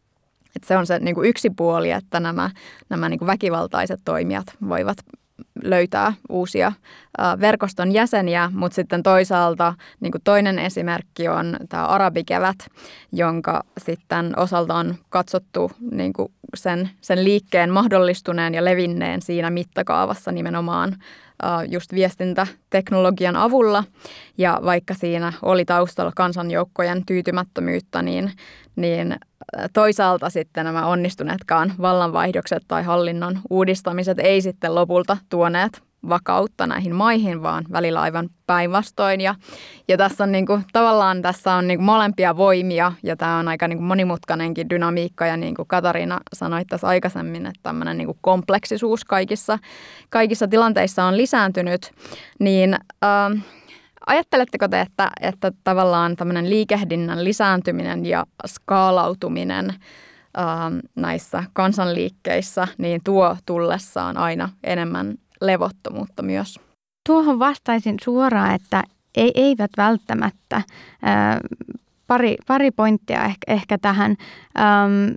Et se on se niin kuin yksi puoli, että nämä, nämä niin kuin väkivaltaiset toimijat voivat löytää uusia verkoston jäseniä, mutta sitten toisaalta niin kuin toinen esimerkki on tämä arabikevät, jonka sitten osalta on katsottu niin kuin sen, sen liikkeen mahdollistuneen ja levinneen siinä mittakaavassa nimenomaan just viestintäteknologian avulla. Ja vaikka siinä oli taustalla kansanjoukkojen tyytymättömyyttä, niin, niin toisaalta sitten nämä onnistuneetkaan vallanvaihdokset tai hallinnon uudistamiset ei sitten lopulta tuoneet vakautta näihin maihin, vaan välillä aivan päinvastoin. Ja, ja tässä on niin kuin, tavallaan tässä on niin kuin molempia voimia ja tämä on aika niin kuin monimutkainenkin dynamiikka ja niin kuin Katariina sanoi tässä aikaisemmin, että tämmöinen niin kuin kompleksisuus kaikissa, kaikissa tilanteissa on lisääntynyt, niin äh, ajatteletteko te, että, että tavallaan tämmöinen liikehdinnän lisääntyminen ja skaalautuminen äh, näissä kansanliikkeissä niin tuo tullessaan aina enemmän levottomuutta myös? Tuohon vastaisin suoraan, että ei, eivät välttämättä. Ää, pari, pari pointtia ehkä, ehkä tähän. Ähm,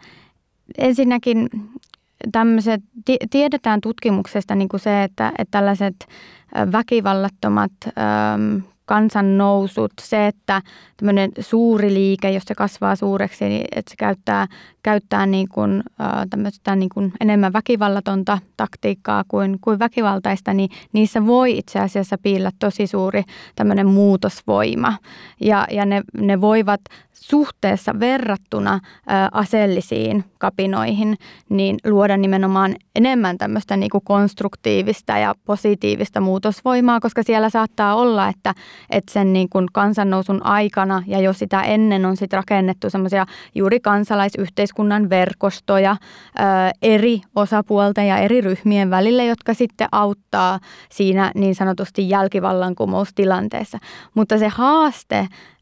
ensinnäkin tämmöiset, tiedetään tutkimuksesta niin kuin se, että, että tällaiset väkivallattomat ähm, kansannousut, se, että tämmöinen suuri liike, jos se kasvaa suureksi, niin että se käyttää, käyttää niin kuin, tämmöistä niin kuin enemmän väkivallatonta taktiikkaa kuin, kuin väkivaltaista, niin niissä voi itse asiassa piillä tosi suuri tämmöinen muutosvoima. Ja, ja ne, ne voivat suhteessa verrattuna ä, aseellisiin kapinoihin niin luoda nimenomaan enemmän tämmöistä niin kuin konstruktiivista ja positiivista muutosvoimaa, koska siellä saattaa olla, että että sen niin kuin kansannousun aikana ja jo sitä ennen on sit rakennettu semmoisia juuri kansalaisyhteiskunnan verkostoja ää, eri osapuolten ja eri ryhmien välille, jotka sitten auttaa siinä niin sanotusti jälkivallankumoustilanteessa. Mutta se haaste,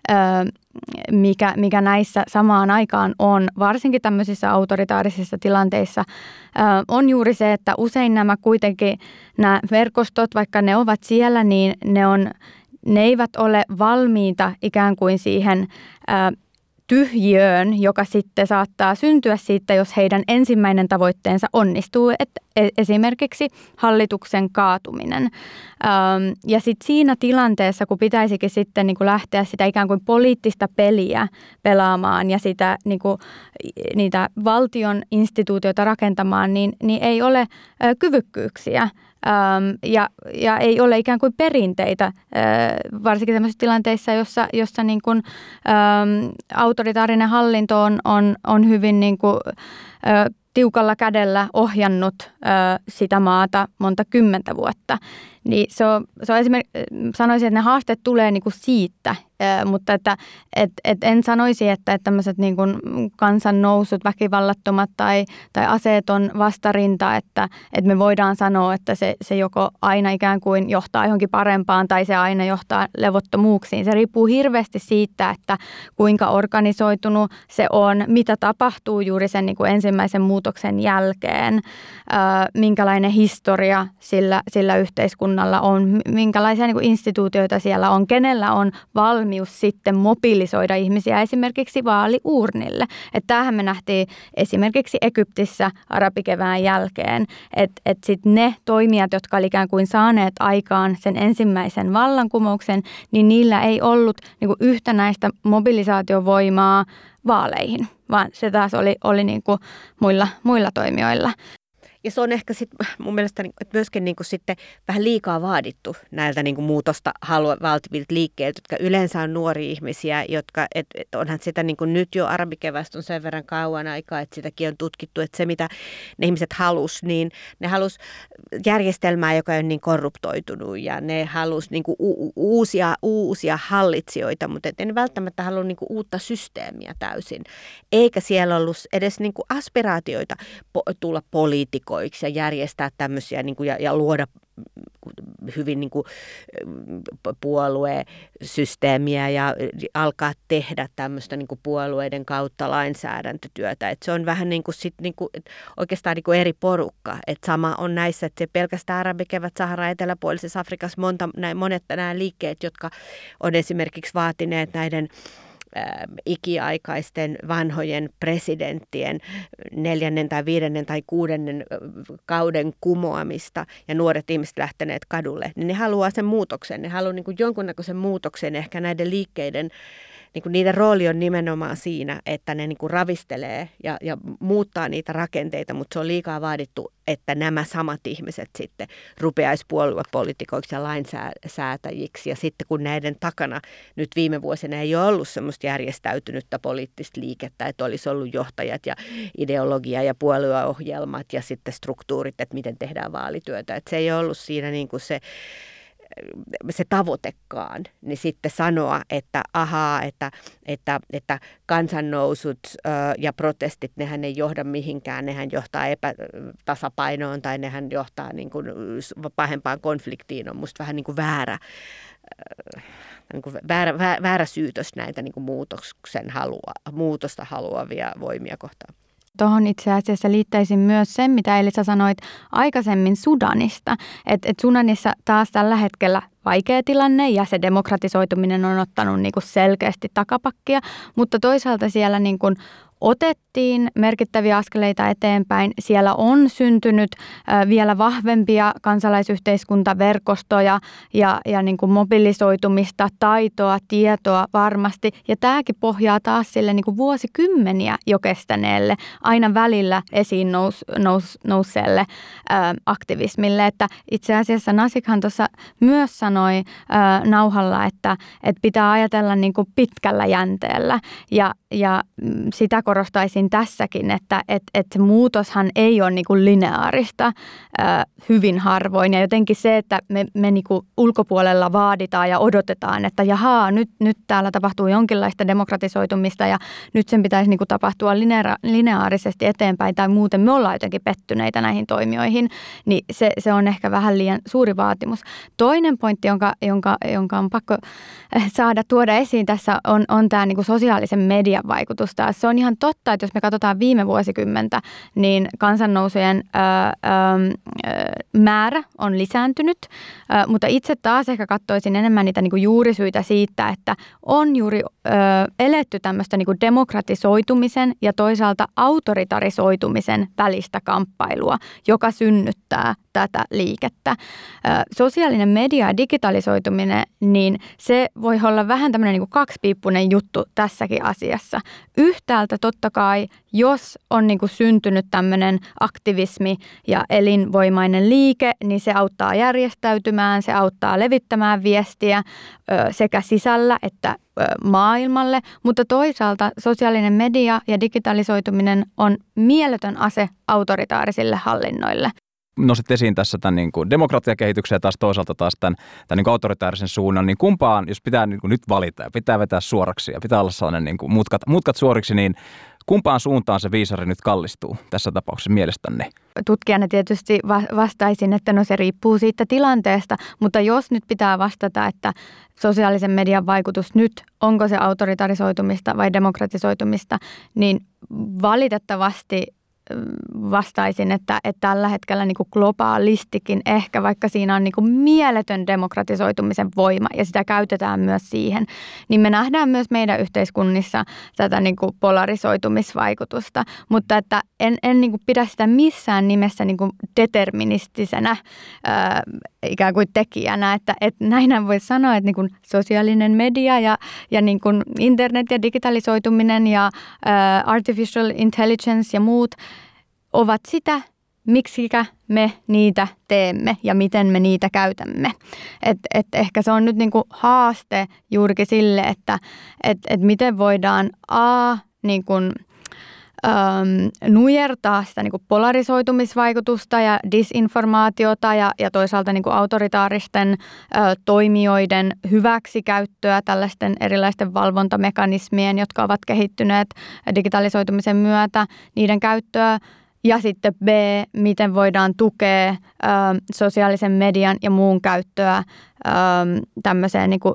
mikä, mikä näissä samaan aikaan on, varsinkin tämmöisissä autoritaarisissa tilanteissa, on juuri se, että usein nämä kuitenkin, nämä verkostot, vaikka ne ovat siellä, niin ne, on, ne eivät ole valmiita ikään kuin siihen tyhjiöön, joka sitten saattaa syntyä siitä, jos heidän ensimmäinen tavoitteensa onnistuu, että esimerkiksi hallituksen kaatuminen. Ja sitten siinä tilanteessa, kun pitäisikin sitten niin kuin lähteä sitä ikään kuin poliittista peliä pelaamaan ja sitä, niin kuin, niitä valtion instituutioita rakentamaan, niin, niin ei ole kyvykkyyksiä. Ja, ja ei ole ikään kuin perinteitä, varsinkin sellaisissa tilanteissa, jossa, jossa niin kuin, äm, autoritaarinen hallinto on, on, on hyvin niin kuin, ä, tiukalla kädellä ohjannut ä, sitä maata monta kymmentä vuotta. Niin se on, se on esimerkiksi, sanoisin, että ne haasteet tulee niin kuin siitä, ä, mutta että, et, et en sanoisi, että, että tämmöiset niin kuin kansannousut, väkivallattomat tai, tai aseeton vastarinta, että, että me voidaan sanoa, että se, se joko aina ikään kuin johtaa johonkin parempaan tai se aina johtaa levottomuuksiin. Se riippuu hirveästi siitä, että kuinka organisoitunut se on, mitä tapahtuu juuri sen niin kuin ensimmäisen muutoksen jälkeen, ä, minkälainen historia sillä, sillä yhteiskunnalla on, minkälaisia niin kuin instituutioita siellä on, kenellä on valmius sitten mobilisoida ihmisiä esimerkiksi vaaliuurnille. Että tämähän me nähtiin esimerkiksi Egyptissä arabikevään jälkeen, että et sitten ne toimijat, jotka oli ikään kuin saaneet aikaan sen ensimmäisen vallankumouksen, niin niillä ei ollut niin kuin yhtenäistä mobilisaatiovoimaa vaaleihin, vaan se taas oli, oli niin kuin muilla, muilla toimijoilla. Ja se on ehkä sit, mun mielestä että myöskin niin kuin sitten vähän liikaa vaadittu näiltä niin kuin muutosta haluavilta liikkeiltä, jotka yleensä on nuoria ihmisiä, jotka, et, et onhan sitä niin kuin nyt jo arabikevästä on sen verran kauan aikaa, että sitäkin on tutkittu, että se mitä ne ihmiset halus, niin ne halus järjestelmää, joka on niin korruptoitunut ja ne halus niin kuin u- uusia, uusia hallitsijoita, mutta et en välttämättä halua niin kuin uutta systeemiä täysin. Eikä siellä ollut edes niin kuin aspiraatioita po- tulla poliitikoiksi ja järjestää tämmöisiä niin kuin, ja, ja luoda hyvin niin kuin, puoluesysteemiä ja alkaa tehdä tämmöistä niin kuin puolueiden kautta lainsäädäntötyötä. Et se on vähän niin kuin, sit, niin kuin, oikeastaan niin kuin eri porukka. Et sama on näissä, että se pelkästään arabikevät Saharan eteläpuolisessa Afrikassa monta, näin, monet nämä liikkeet, jotka on esimerkiksi vaatineet näiden ikiaikaisten vanhojen presidenttien neljännen tai viidennen tai kuudennen kauden kumoamista ja nuoret ihmiset lähteneet kadulle, niin ne haluaa sen muutoksen. Ne haluaa niin kuin jonkunnäköisen muutoksen ehkä näiden liikkeiden. Niin kuin niiden rooli on nimenomaan siinä, että ne niin kuin ravistelee ja, ja muuttaa niitä rakenteita, mutta se on liikaa vaadittu, että nämä samat ihmiset sitten rupeaisi puoluepoliitikoiksi ja lainsäätäjiksi. Ja sitten kun näiden takana nyt viime vuosina ei ole ollut semmoista järjestäytynyttä poliittista liikettä, että olisi ollut johtajat ja ideologia ja puolueohjelmat ja sitten struktuurit, että miten tehdään vaalityötä. Että se ei ollut siinä niin kuin se... se tavoitekaan, niin sitten sanoa, että ahaa, että, että, että kansannousut ö, ja protestit, nehän ei johda mihinkään, nehän johtaa epätasapainoon tai nehän johtaa niin kuin pahempaan konfliktiin, on musta vähän niin kuin väärä, ö, niin kuin väärä, väärä syytös näitä niin kuin muutoksen halua, muutosta haluavia voimia kohtaan. Tuohon itse asiassa liittäisin myös sen, mitä Elisa sanoit aikaisemmin Sudanista. Että et Sudanissa taas tällä hetkellä vaikea tilanne ja se demokratisoituminen on ottanut niinku selkeästi takapakkia, mutta toisaalta siellä niinku otettiin merkittäviä askeleita eteenpäin. Siellä on syntynyt äh, vielä vahvempia kansalaisyhteiskuntaverkostoja ja, ja niin kuin mobilisoitumista, taitoa, tietoa varmasti. Ja tämäkin pohjaa taas sille niin kuin vuosikymmeniä jo kestäneelle, aina välillä esiin nous, nous, nousseelle äh, aktivismille. Että itse asiassa Nasikhan tuossa myös sanoi äh, nauhalla, että, että pitää ajatella niin kuin pitkällä jänteellä. Ja ja sitä korostaisin tässäkin, että et, et se muutoshan ei ole niinku lineaarista ää, hyvin harvoin. Ja jotenkin se, että me, me niinku ulkopuolella vaaditaan ja odotetaan, että jahaa, nyt, nyt täällä tapahtuu jonkinlaista demokratisoitumista ja nyt sen pitäisi niinku tapahtua linea- lineaarisesti eteenpäin tai muuten me ollaan jotenkin pettyneitä näihin toimijoihin, niin se, se on ehkä vähän liian suuri vaatimus. Toinen pointti, jonka, jonka, jonka on pakko saada tuoda esiin tässä, on, on tämä niinku sosiaalisen median vaikutusta. Se on ihan totta, että jos me katsotaan viime vuosikymmentä, niin kansannousujen ö, ö, määrä on lisääntynyt, ö, mutta itse taas ehkä katsoisin enemmän niitä niinku juurisyitä siitä, että on juuri ö, eletty tämmöistä niinku demokratisoitumisen ja toisaalta autoritarisoitumisen välistä kamppailua, joka synnyttää tätä liikettä. Ö, sosiaalinen media ja digitalisoituminen, niin se voi olla vähän tämmöinen niinku kaksipiippunen juttu tässäkin asiassa. Yhtäältä totta kai, jos on niinku syntynyt tämmöinen aktivismi ja elinvoimainen liike, niin se auttaa järjestäytymään, se auttaa levittämään viestiä ö, sekä sisällä että ö, maailmalle, mutta toisaalta sosiaalinen media ja digitalisoituminen on mieletön ase autoritaarisille hallinnoille. Nostit esiin tässä tämän niin kuin demokratiakehityksen ja taas toisaalta taas tämän, tämän niin kuin autoritaarisen suunnan, niin kumpaan, jos pitää niin kuin nyt valita ja pitää vetää suoraksi ja pitää olla sellainen niin kuin mutkat, mutkat suoriksi, niin kumpaan suuntaan se viisari nyt kallistuu tässä tapauksessa mielestänne? Tutkijana tietysti vastaisin, että no se riippuu siitä tilanteesta, mutta jos nyt pitää vastata, että sosiaalisen median vaikutus nyt, onko se autoritarisoitumista vai demokratisoitumista, niin valitettavasti vastaisin, että, että tällä hetkellä niin kuin globaalistikin ehkä, vaikka siinä on niin kuin mieletön demokratisoitumisen voima ja sitä käytetään myös siihen, niin me nähdään myös meidän yhteiskunnissa tätä niin kuin polarisoitumisvaikutusta, mutta että en, en niin kuin pidä sitä missään nimessä niin kuin deterministisenä ää, ikään kuin tekijänä, että, että näinhän voi sanoa, että niin kuin sosiaalinen media ja, ja niin kuin internet ja digitalisoituminen ja ää, artificial intelligence ja muut ovat sitä, miksikä me niitä teemme ja miten me niitä käytämme. Et, et ehkä se on nyt niinku haaste juurikin sille, että et, et miten voidaan a, niinku, äm, nujertaa sitä niinku polarisoitumisvaikutusta ja disinformaatiota ja, ja toisaalta niinku autoritaaristen ä, toimijoiden hyväksikäyttöä tällaisten erilaisten valvontamekanismien, jotka ovat kehittyneet digitalisoitumisen myötä, niiden käyttöä. Ja sitten B, miten voidaan tukea ö, sosiaalisen median ja muun käyttöä ö, tämmöiseen niin kuin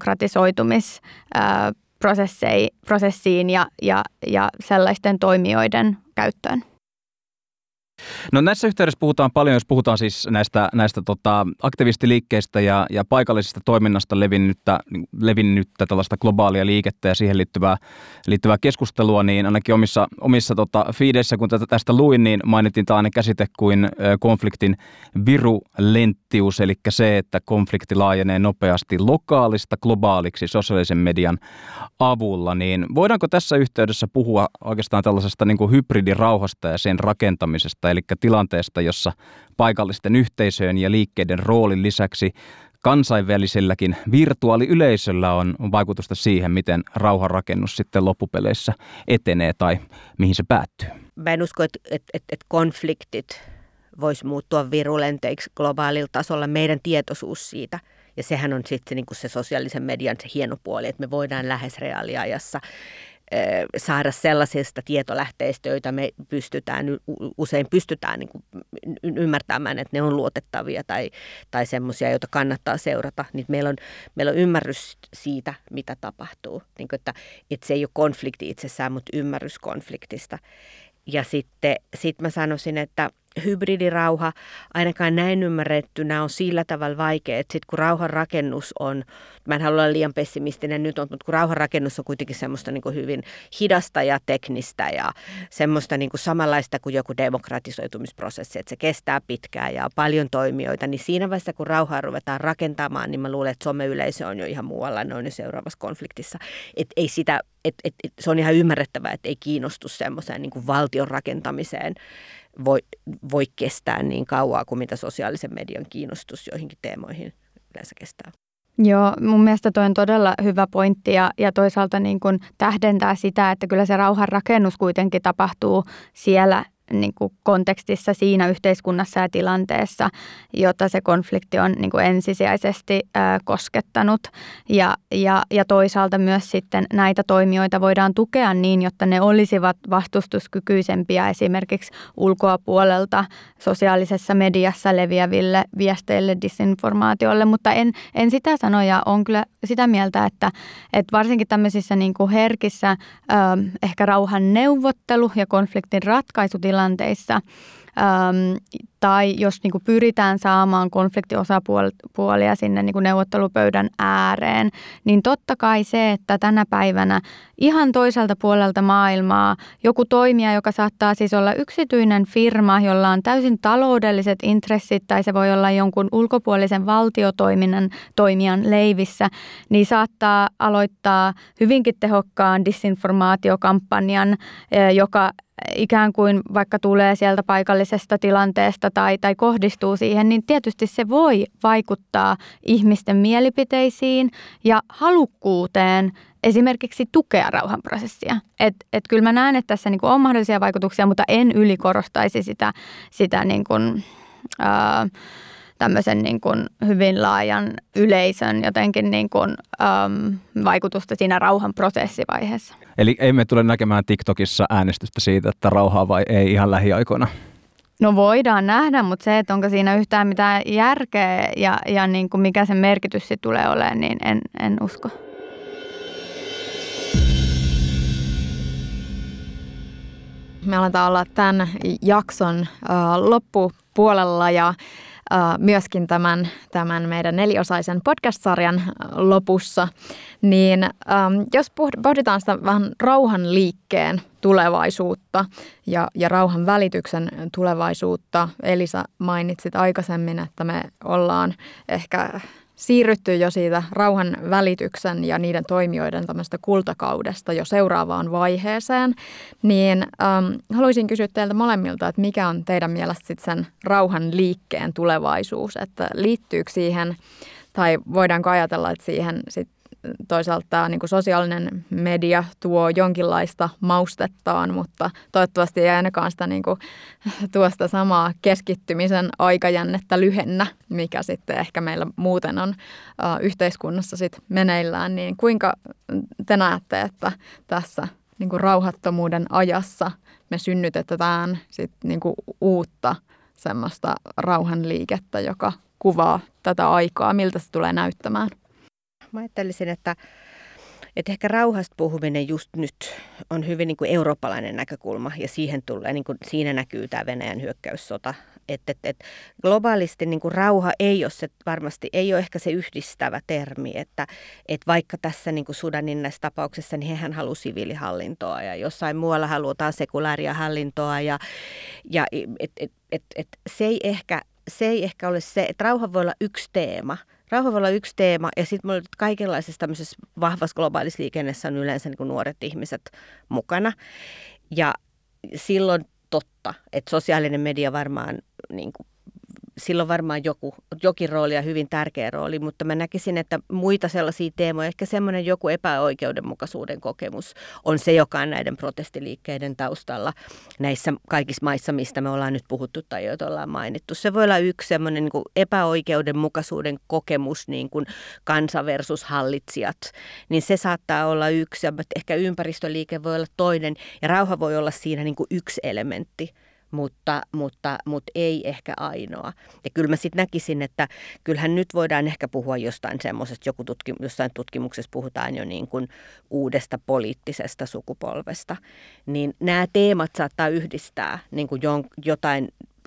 demokratisoitumisprosessiin ja, ja, ja sellaisten toimijoiden käyttöön. No näissä yhteydessä puhutaan paljon, jos puhutaan siis näistä, näistä tota, aktivistiliikkeistä ja, ja paikallisesta toiminnasta levinnyttä, levinnyttä tällaista globaalia liikettä ja siihen liittyvää, liittyvää keskustelua, niin ainakin omissa, omissa tota, feedeissä, kun tätä, tästä luin, niin mainitin tällainen käsite kuin ö, konfliktin virulenttius, eli se, että konflikti laajenee nopeasti lokaalista globaaliksi sosiaalisen median avulla, niin voidaanko tässä yhteydessä puhua oikeastaan tällaisesta niin kuin hybridirauhasta ja sen rakentamisesta, eli tilanteesta, jossa paikallisten yhteisöjen ja liikkeiden roolin lisäksi kansainväliselläkin virtuaaliyleisöllä on vaikutusta siihen, miten rauhanrakennus sitten loppupeleissä etenee tai mihin se päättyy. Mä en usko, että, että, että konfliktit voisi muuttua virulenteiksi globaalilla tasolla, meidän tietoisuus siitä. Ja sehän on sitten niin kuin se sosiaalisen median se hieno puoli, että me voidaan lähes reaaliajassa saada sellaisista tietolähteistä, joita me pystytään, usein pystytään niin kuin ymmärtämään, että ne on luotettavia tai, tai semmoisia, joita kannattaa seurata. Niin meillä on, meillä on ymmärrys siitä, mitä tapahtuu. Niin kuin, että, että se ei ole konflikti itsessään, mutta ymmärrys konfliktista. Ja sitten sit mä sanoisin, että hybridirauha, ainakaan näin ymmärrettynä, on sillä tavalla vaikea, että sitten kun rauhanrakennus on, mä en halua olla liian pessimistinen nyt, mutta kun rauhanrakennus on kuitenkin semmoista niin kuin hyvin hidasta ja teknistä ja semmoista niin kuin samanlaista kuin joku demokratisoitumisprosessi, että se kestää pitkään ja on paljon toimijoita, niin siinä vaiheessa kun rauhaa ruvetaan rakentamaan, niin mä luulen, että someyleisö on jo ihan muualla, ne on jo seuraavassa konfliktissa. Että ei sitä, et, et, et, se on ihan ymmärrettävää, että ei kiinnostu semmoiseen niin kuin valtion rakentamiseen, Voi, voi kestää niin kauaa kuin mitä sosiaalisen median kiinnostus joihinkin teemoihin yleensä kestää. Joo, mun mielestä toi on todella hyvä pointti ja, ja toisaalta niin kuin tähdentää sitä, että kyllä se rauhan rakennus kuitenkin tapahtuu siellä niin kuin kontekstissa siinä yhteiskunnassa ja tilanteessa, jota se konflikti on niin kuin ensisijaisesti ää, koskettanut. Ja, ja, ja toisaalta myös sitten näitä toimijoita voidaan tukea niin, jotta ne olisivat vastustuskykyisempiä esimerkiksi ulkopuolelta sosiaalisessa mediassa leviäville viesteille, disinformaatiolle. Mutta en, en sitä sano ja olen kyllä sitä mieltä, että, että varsinkin tämmöisissä niin kuin herkissä ää, ehkä rauhan neuvottelu- ja konfliktin ratkaisutilanteissa tilanteissa, ähm, tai jos niin kuin pyritään saamaan konfliktiosapuolia sinne niin kuin neuvottelupöydän ääreen, niin totta kai se, että tänä päivänä ihan toiselta puolelta maailmaa joku toimija, joka saattaa siis olla yksityinen firma, jolla on täysin taloudelliset intressit, tai se voi olla jonkun ulkopuolisen valtiotoiminnan toimijan leivissä, niin saattaa aloittaa hyvinkin tehokkaan disinformaatiokampanjan, joka ikään kuin vaikka tulee sieltä paikallisesta tilanteesta tai, tai kohdistuu siihen, niin tietysti se voi vaikuttaa ihmisten mielipiteisiin ja halukkuuteen esimerkiksi tukea rauhanprosessia. Et, et kyllä mä näen, että tässä niinku on mahdollisia vaikutuksia, mutta en ylikorostaisi sitä, sitä niinku, ää, tämmöisen niin kuin hyvin laajan yleisön jotenkin niin kuin, äm, vaikutusta siinä rauhan prosessivaiheessa. Eli ei me tule näkemään TikTokissa äänestystä siitä, että rauhaa vai ei ihan lähiaikoina? No voidaan nähdä, mutta se, että onko siinä yhtään mitään järkeä ja, ja niin kuin mikä sen merkitys sitten tulee olemaan, niin en, en usko. Me aletaan olla tämän jakson äh, loppupuolella ja Uh, myöskin tämän, tämän meidän neliosaisen podcast-sarjan lopussa, niin um, jos pohditaan sitä vähän rauhan liikkeen tulevaisuutta ja, ja rauhan välityksen tulevaisuutta, Elisa mainitsit aikaisemmin, että me ollaan ehkä siirrytty jo siitä rauhan välityksen ja niiden toimijoiden tämmöistä kultakaudesta jo seuraavaan vaiheeseen, niin ähm, haluaisin kysyä teiltä molemmilta, että mikä on teidän mielestä sit sen rauhan liikkeen tulevaisuus, että liittyykö siihen tai voidaanko ajatella, että siihen sit toisaalta tämä niin kuin sosiaalinen media tuo jonkinlaista maustettaan, mutta toivottavasti ei ainakaan sitä niin kuin, tuosta samaa keskittymisen aikajännettä lyhennä, mikä sitten ehkä meillä muuten on uh, yhteiskunnassa sit meneillään. Niin kuinka te näette, että tässä niin kuin rauhattomuuden ajassa me synnytetään sit niin kuin uutta semmoista rauhanliikettä, joka kuvaa tätä aikaa, miltä se tulee näyttämään? Mä ajattelisin, että, että ehkä rauhasta puhuminen just nyt on hyvin niin kuin eurooppalainen näkökulma ja siihen tulee, niin kuin siinä näkyy tämä Venäjän hyökkäyssota. Että et, et globaalisti niin kuin rauha ei ole se, varmasti ei ole ehkä se yhdistävä termi, että et vaikka tässä niin kuin Sudanin näissä tapauksessa, niin hehän haluaa siviilihallintoa ja jossain muualla halutaan sekulaaria hallintoa ja, ja et, et, et, et, se, ei ehkä, se ei ehkä ole se, että rauha voi olla yksi teema. Rauha voi olla yksi teema ja sitten kaikenlaisessa tämmöisessä vahvassa globaalissa liikennessä on yleensä niin kuin nuoret ihmiset mukana. Ja silloin totta, että sosiaalinen media varmaan, niin kuin, silloin varmaan joku, jokin rooli ja hyvin tärkeä rooli, mutta mä näkisin, että muita sellaisia teemoja, ehkä semmoinen joku epäoikeudenmukaisuuden kokemus on se, joka on näiden protestiliikkeiden taustalla näissä kaikissa maissa, mistä me ollaan nyt puhuttu tai joita ollaan mainittu. Se voi olla yksi semmoinen niin kuin epäoikeudenmukaisuuden kokemus, niin kuin kansa versus hallitsijat, niin se saattaa olla yksi, ja ehkä ympäristöliike voi olla toinen, ja rauha voi olla siinä niin kuin yksi elementti. Mutta, mutta, mutta ei ehkä ainoa. Ja kyllä mä sitten näkisin, että kyllähän nyt voidaan ehkä puhua jostain semmoisesta, joku tutkim, jossain tutkimuksessa puhutaan jo niin kuin uudesta poliittisesta sukupolvesta. Niin nämä teemat saattaa yhdistää niin kuin jotain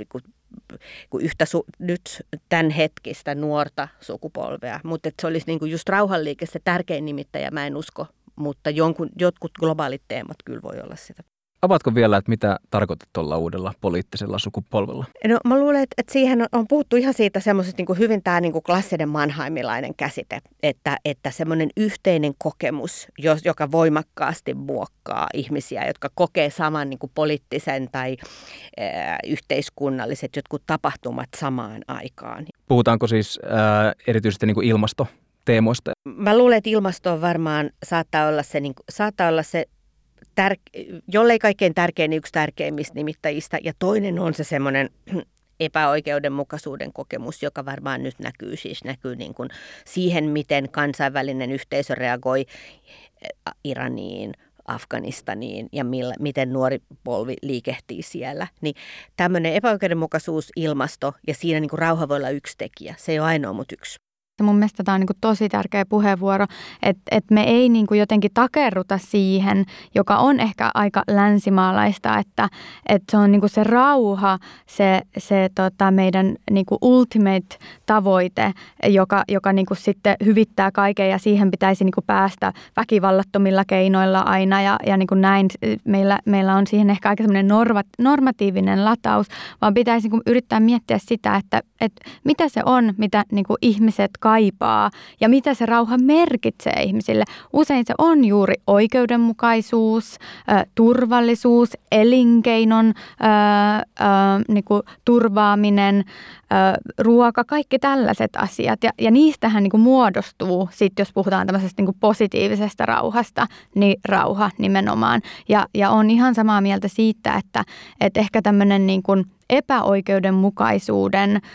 kuin yhtä su, nyt tämän hetkistä nuorta sukupolvea. Mutta se olisi niin kuin just rauhanliike se tärkein nimittäjä, mä en usko. Mutta jonkun, jotkut globaalit teemat kyllä voi olla sitä. Avaatko vielä, että mitä tarkoitat tuolla uudella poliittisella sukupolvella? No mä luulen, että, että siihen on, on puhuttu ihan siitä semmoisesta niin kuin hyvin tämä niin kuin klassinen mannheimilainen käsite, että, että semmoinen yhteinen kokemus, joka voimakkaasti muokkaa ihmisiä, jotka kokee saman niin kuin poliittisen tai ää, yhteiskunnalliset jotkut tapahtumat samaan aikaan. Puhutaanko siis ää, erityisesti niin kuin ilmasto teemoista? Mä luulen, että ilmasto varmaan saattaa olla se, niin, saattaa olla se tär- jollei kaikkein tärkein, niin yksi tärkeimmistä nimittäjistä. Ja toinen on se semmoinen epäoikeudenmukaisuuden kokemus, joka varmaan nyt näkyy, siis näkyy niin kuin siihen, miten kansainvälinen yhteisö reagoi Iraniin, Afganistaniin ja millä, miten nuori polvi liikehtii siellä. Niin tämmöinen epäoikeudenmukaisuus, ilmasto ja siinä niin kuin rauha voi olla yksi tekijä. Se ei ole ainoa, mutta yksi. Mun mielestä tämä on niin kuin tosi tärkeä puheenvuoro, että, että me ei niin kuin jotenkin takerruta siihen, joka on ehkä aika länsimaalaista, että, että se on niin kuin se rauha, se, se tota meidän niin kuin ultimate tavoite, joka, joka niin kuin sitten hyvittää kaiken ja siihen pitäisi niin kuin päästä väkivallattomilla keinoilla aina ja, ja niin kuin näin. Meillä, meillä on siihen ehkä aika semmoinen norma, normatiivinen lataus, vaan pitäisi niin kuin yrittää miettiä sitä, että, että mitä se on, mitä niin kuin ihmiset kaipaa ja mitä se rauha merkitsee ihmisille. Usein se on juuri oikeudenmukaisuus, ä, turvallisuus, elinkeinon ä, ä, niin kuin turvaaminen, ä, ruoka, kaikki tällaiset asiat. Ja, ja niistähän niin kuin muodostuu, sit jos puhutaan tämmöisestä niin kuin positiivisesta rauhasta, niin rauha nimenomaan. Ja, ja on ihan samaa mieltä siitä, että, että ehkä tämmöinen niin kuin epäoikeudenmukaisuuden ä,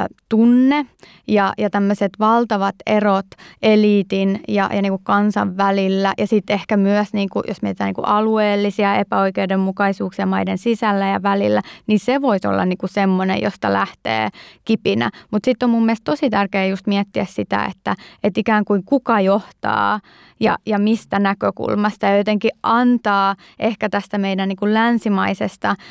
tunne ja, ja tämmöiset valtavat erot eliitin ja, ja niin kuin kansan välillä ja sitten ehkä myös, niin kuin, jos mietitään niin kuin alueellisia epäoikeudenmukaisuuksia maiden sisällä ja välillä, niin se voisi olla niin kuin semmoinen, josta lähtee kipinä. Mutta sitten on mun mielestä tosi tärkeää just miettiä sitä, että, että ikään kuin kuka johtaa ja, ja mistä näkökulmasta ja jotenkin antaa ehkä tästä meidän niin kuin länsimaisesta äm,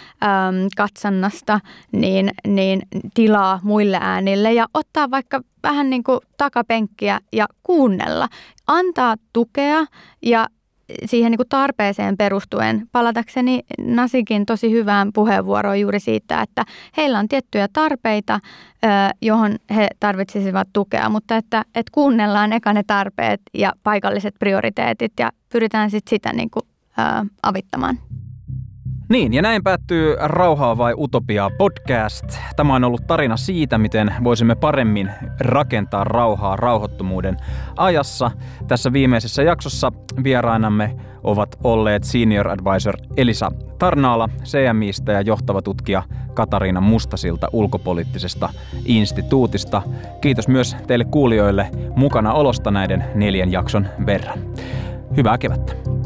katsannasta niin, niin tilaa muille äänille ja ottaa vaikka vähän niin kuin takapenkkiä ja kuunnella. Antaa tukea ja siihen niin kuin tarpeeseen perustuen. Palatakseni Nasikin tosi hyvään puheenvuoroon juuri siitä, että heillä on tiettyjä tarpeita, johon he tarvitsisivat tukea, mutta että, että kuunnellaan eka ne tarpeet ja paikalliset prioriteetit ja pyritään sitten sitä niin kuin, ää, avittamaan. Niin, ja näin päättyy Rauhaa vai utopiaa podcast. Tämä on ollut tarina siitä, miten voisimme paremmin rakentaa rauhaa rauhattomuuden ajassa. Tässä viimeisessä jaksossa vierainamme ovat olleet senior advisor Elisa Tarnaala C M I:stä ja johtava tutkija Katariina Mustasilta ulkopoliittisesta instituutista. Kiitos myös teille kuulijoille mukana olosta näiden neljän jakson verran. Hyvää kevättä.